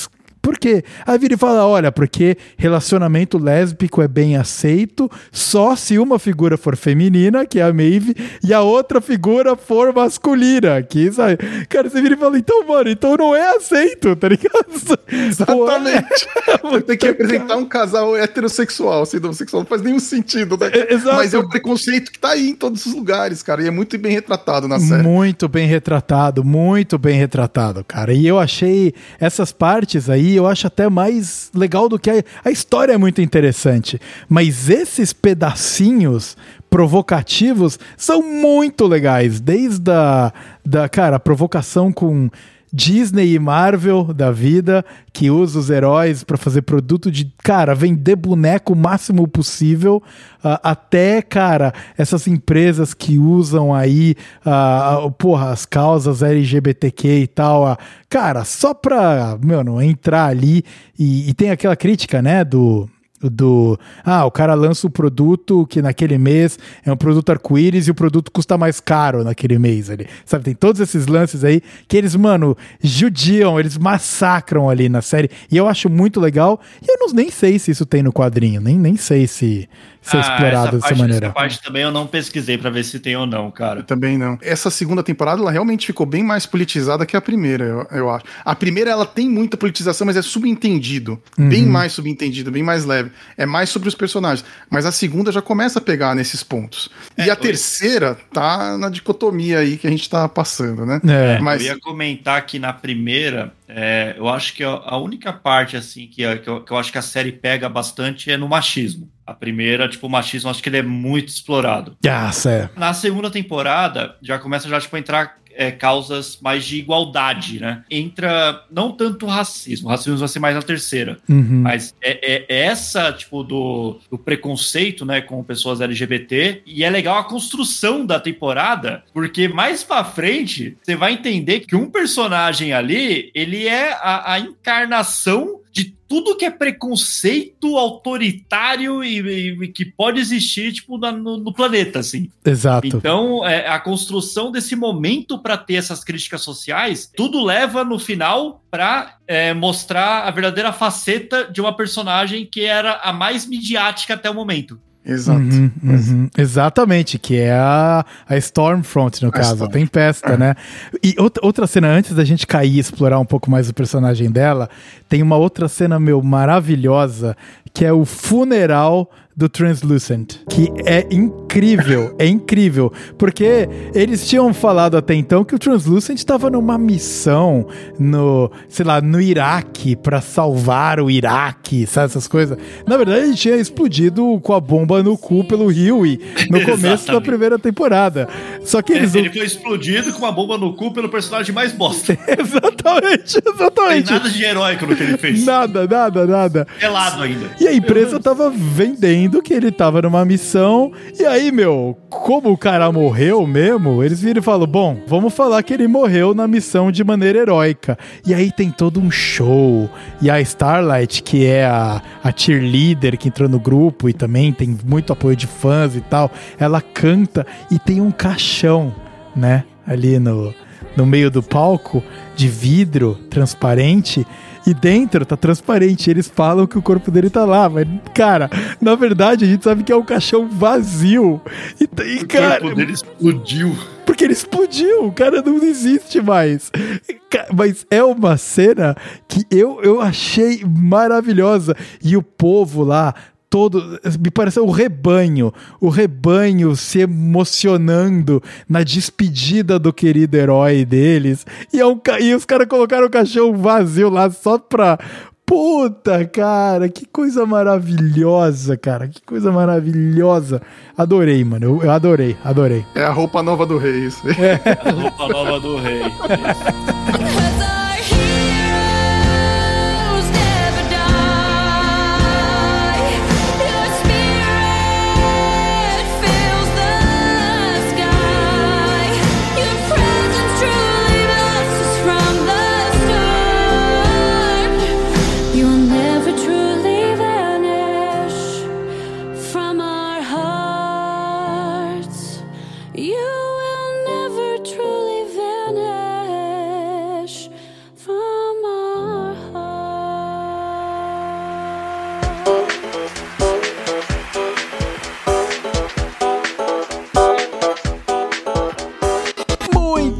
por quê? Aí vira e fala, olha, porque relacionamento lésbico é bem aceito só se uma figura for feminina, que é a Maeve, e a outra figura for masculina, que, sabe? Cara, você vira e fala, então, mano, então não é aceito, tá ligado? Exatamente. Você tem que apresentar um casal heterossexual, assim, homossexual, não faz nenhum sentido, né? É, exato. Mas é o preconceito que tá aí em todos os lugares, cara, e é muito bem retratado na série. Muito bem retratado, muito bem retratado, cara. E eu achei essas partes aí, eu acho até mais legal do que a, a história é muito interessante. Mas esses pedacinhos provocativos são muito legais. Desde a, da, cara, a provocação com Disney e Marvel da vida, que usa os heróis pra fazer produto de, cara, vender boneco o máximo possível, uh, até, cara, essas empresas que usam aí, uh, porra, as causas L G B T Q e tal, uh, cara, só pra, mano, entrar ali e, e tem aquela crítica, né, do... do, ah, o cara lança o produto que naquele mês é um produto arco-íris e o produto custa mais caro naquele mês ali, sabe, tem todos esses lances aí que eles, mano, judiam, eles massacram ali na série, e eu acho muito legal, e eu não, nem sei se isso tem no quadrinho, nem, nem sei se, se é Ah, explorado essa dessa parte, maneira. Essa parte também eu não pesquisei pra ver se tem ou não, cara. Eu também não. Essa segunda temporada, ela realmente ficou bem mais politizada que a primeira, eu, eu acho. A primeira, ela tem muita politização, mas é subentendido. Uhum. Bem mais subentendido, bem mais leve. É mais sobre os personagens. Mas a segunda já começa a pegar nesses pontos. É, e a terceira tá na dicotomia aí que a gente tá passando, né? É, mas... Eu ia comentar que na primeira, é, eu acho que a única parte, assim, que, que, eu, que eu acho que a série pega bastante é no machismo. A primeira, tipo, o machismo, acho que ele é muito explorado. Ah, é. Na segunda temporada, já começa já, tipo, a entrar é, causas mais de igualdade, né? Entra, não tanto o racismo, o racismo vai ser mais na terceira, uhum. mas é, é essa, tipo, do, do preconceito, né, com pessoas L G B T, e é legal a construção da temporada, porque mais pra frente, você vai entender que um personagem ali, ele é a, a encarnação de tudo que é preconceito autoritário e, e, e que pode existir, tipo, na, no, no planeta, assim. Exato. Então, é, a construção desse momento para ter essas críticas sociais, tudo leva, no final, para é, mostrar a verdadeira faceta de uma personagem que era a mais midiática até o momento. Exato. Uhum, uhum. Exatamente, que é a, a Stormfront, no a caso, Storm. A Tempesta, é. né? E outra, outra cena, antes da gente cair e explorar um pouco mais o personagem dela, tem uma outra cena, meu, maravilhosa, que é o funeral do Translucent, que é incrível, é incrível, porque eles tinham falado até então que o Translucent estava numa missão no, sei lá, no Iraque, pra salvar o Iraque, sabe, essas coisas. Na verdade, ele tinha explodido com a bomba no cu pelo Huey no começo da primeira temporada. Só que eles... Ele foi explodido com uma bomba no cu pelo personagem mais bosta. Exatamente, exatamente. Tem nada de heróico no que ele fez. Nada, nada, nada. Pelado ainda. E a empresa tava vendendo que ele tava numa missão, e aí, meu, como o cara morreu mesmo, eles viram e falam, bom, vamos falar que ele morreu na missão de maneira heróica. E aí tem todo um show, e a Starlight, que é a, a cheerleader que entrou no grupo e também tem muito apoio de fãs e tal, ela canta e tem um caixão, né, ali no, no meio do palco, de vidro transparente, e dentro tá transparente, eles falam que o corpo dele tá lá, mas, cara, na verdade a gente sabe que é um caixão vazio. E, e o cara, corpo dele explodiu. Porque ele explodiu, o cara não existe mais. Mas é uma cena que eu, eu achei maravilhosa. E o povo lá, todo, me pareceu o rebanho, o rebanho se emocionando na despedida do querido herói deles, e, é um, e os caras colocaram o caixão vazio lá só pra... Puta, cara, que coisa maravilhosa, cara, que coisa maravilhosa. Adorei, mano, eu, eu adorei, adorei. É a roupa nova do rei, isso aí. É. A roupa nova do rei. You will never truly vanish.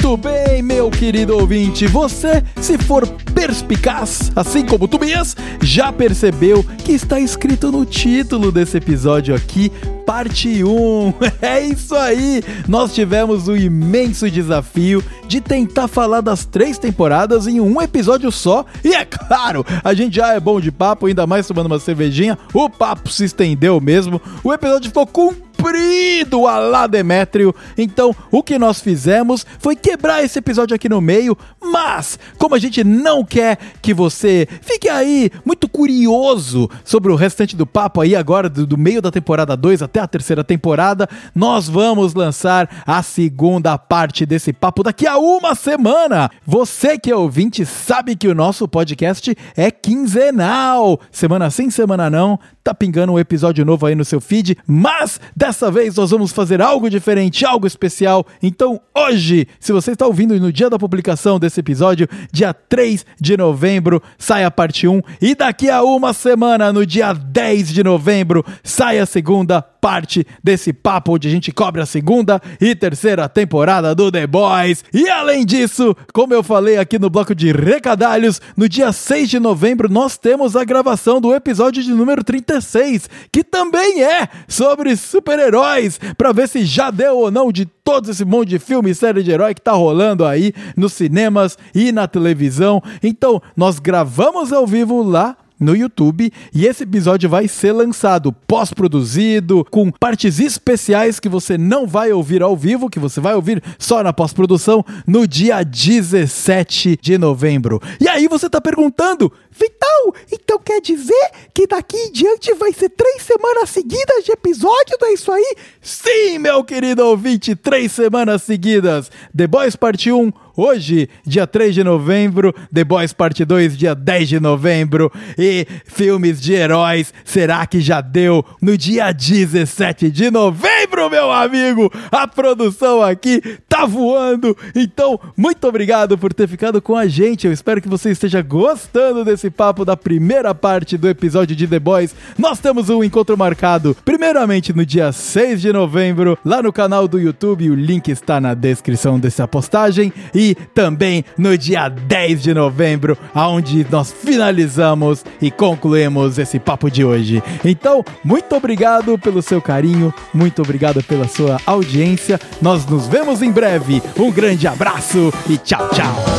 Muito bem, meu querido ouvinte, você, se for perspicaz, assim como Tobias, já percebeu que está escrito no título desse episódio aqui, parte um. É isso aí! Nós tivemos o imenso desafio de tentar falar das três temporadas em um episódio só, e é claro, a gente já é bom de papo, ainda mais tomando uma cervejinha, o papo se estendeu mesmo, o episódio ficou comprido a lá Demétrio. Então o que nós fizemos foi quebrar esse episódio aqui no meio, mas como a gente não quer que você fique aí muito curioso sobre o restante do papo aí agora do, do meio da temporada dois até a terceira temporada, nós vamos lançar a segunda parte desse papo daqui a uma semana. Você que é ouvinte sabe que o nosso podcast é quinzenal, semana sim, semana não, tá pingando um episódio novo aí no seu feed, mas dessa vez nós vamos fazer algo diferente, algo especial. Então hoje, se você está ouvindo no dia da publicação desse episódio, dia três de novembro, sai a parte um, e daqui a uma semana, no dia dez de novembro, sai a segunda parte desse papo, onde a gente cobre a segunda e terceira temporada do The Boys. E além disso, como eu falei aqui no bloco de recadalhos, no dia seis de novembro nós temos a gravação do episódio de número trinta e seis, que também é sobre super-heróis, pra ver se já deu ou não de todo esse monte de filme e série de herói que tá rolando aí nos cinemas e na televisão. Então, nós gravamos ao vivo lá no YouTube, e esse episódio vai ser lançado pós-produzido, com partes especiais que você não vai ouvir ao vivo, que você vai ouvir só na pós-produção, no dia dezessete de novembro. E aí você tá perguntando, Vital, então quer dizer que daqui em diante vai ser três semanas seguidas de episódio, não é isso aí? Sim, meu querido ouvinte, três semanas seguidas. The Boys Parte um, hoje, dia três de novembro, The Boys Parte dois, dia dez de novembro, e filmes de heróis, será que já deu no dia dezessete de novembro, meu amigo? A produção aqui tá voando, então muito obrigado por ter ficado com a gente, eu espero que você esteja gostando desse papo da primeira parte do episódio de The Boys. Nós temos um encontro marcado, primeiramente no dia seis de novembro, lá no canal do YouTube, o link está na descrição dessa postagem, e também no dia dez de novembro, onde nós finalizamos e concluímos esse papo de hoje. Então, muito obrigado pelo seu carinho, muito obrigado pela sua audiência, nós nos vemos em breve, um grande abraço e tchau, tchau!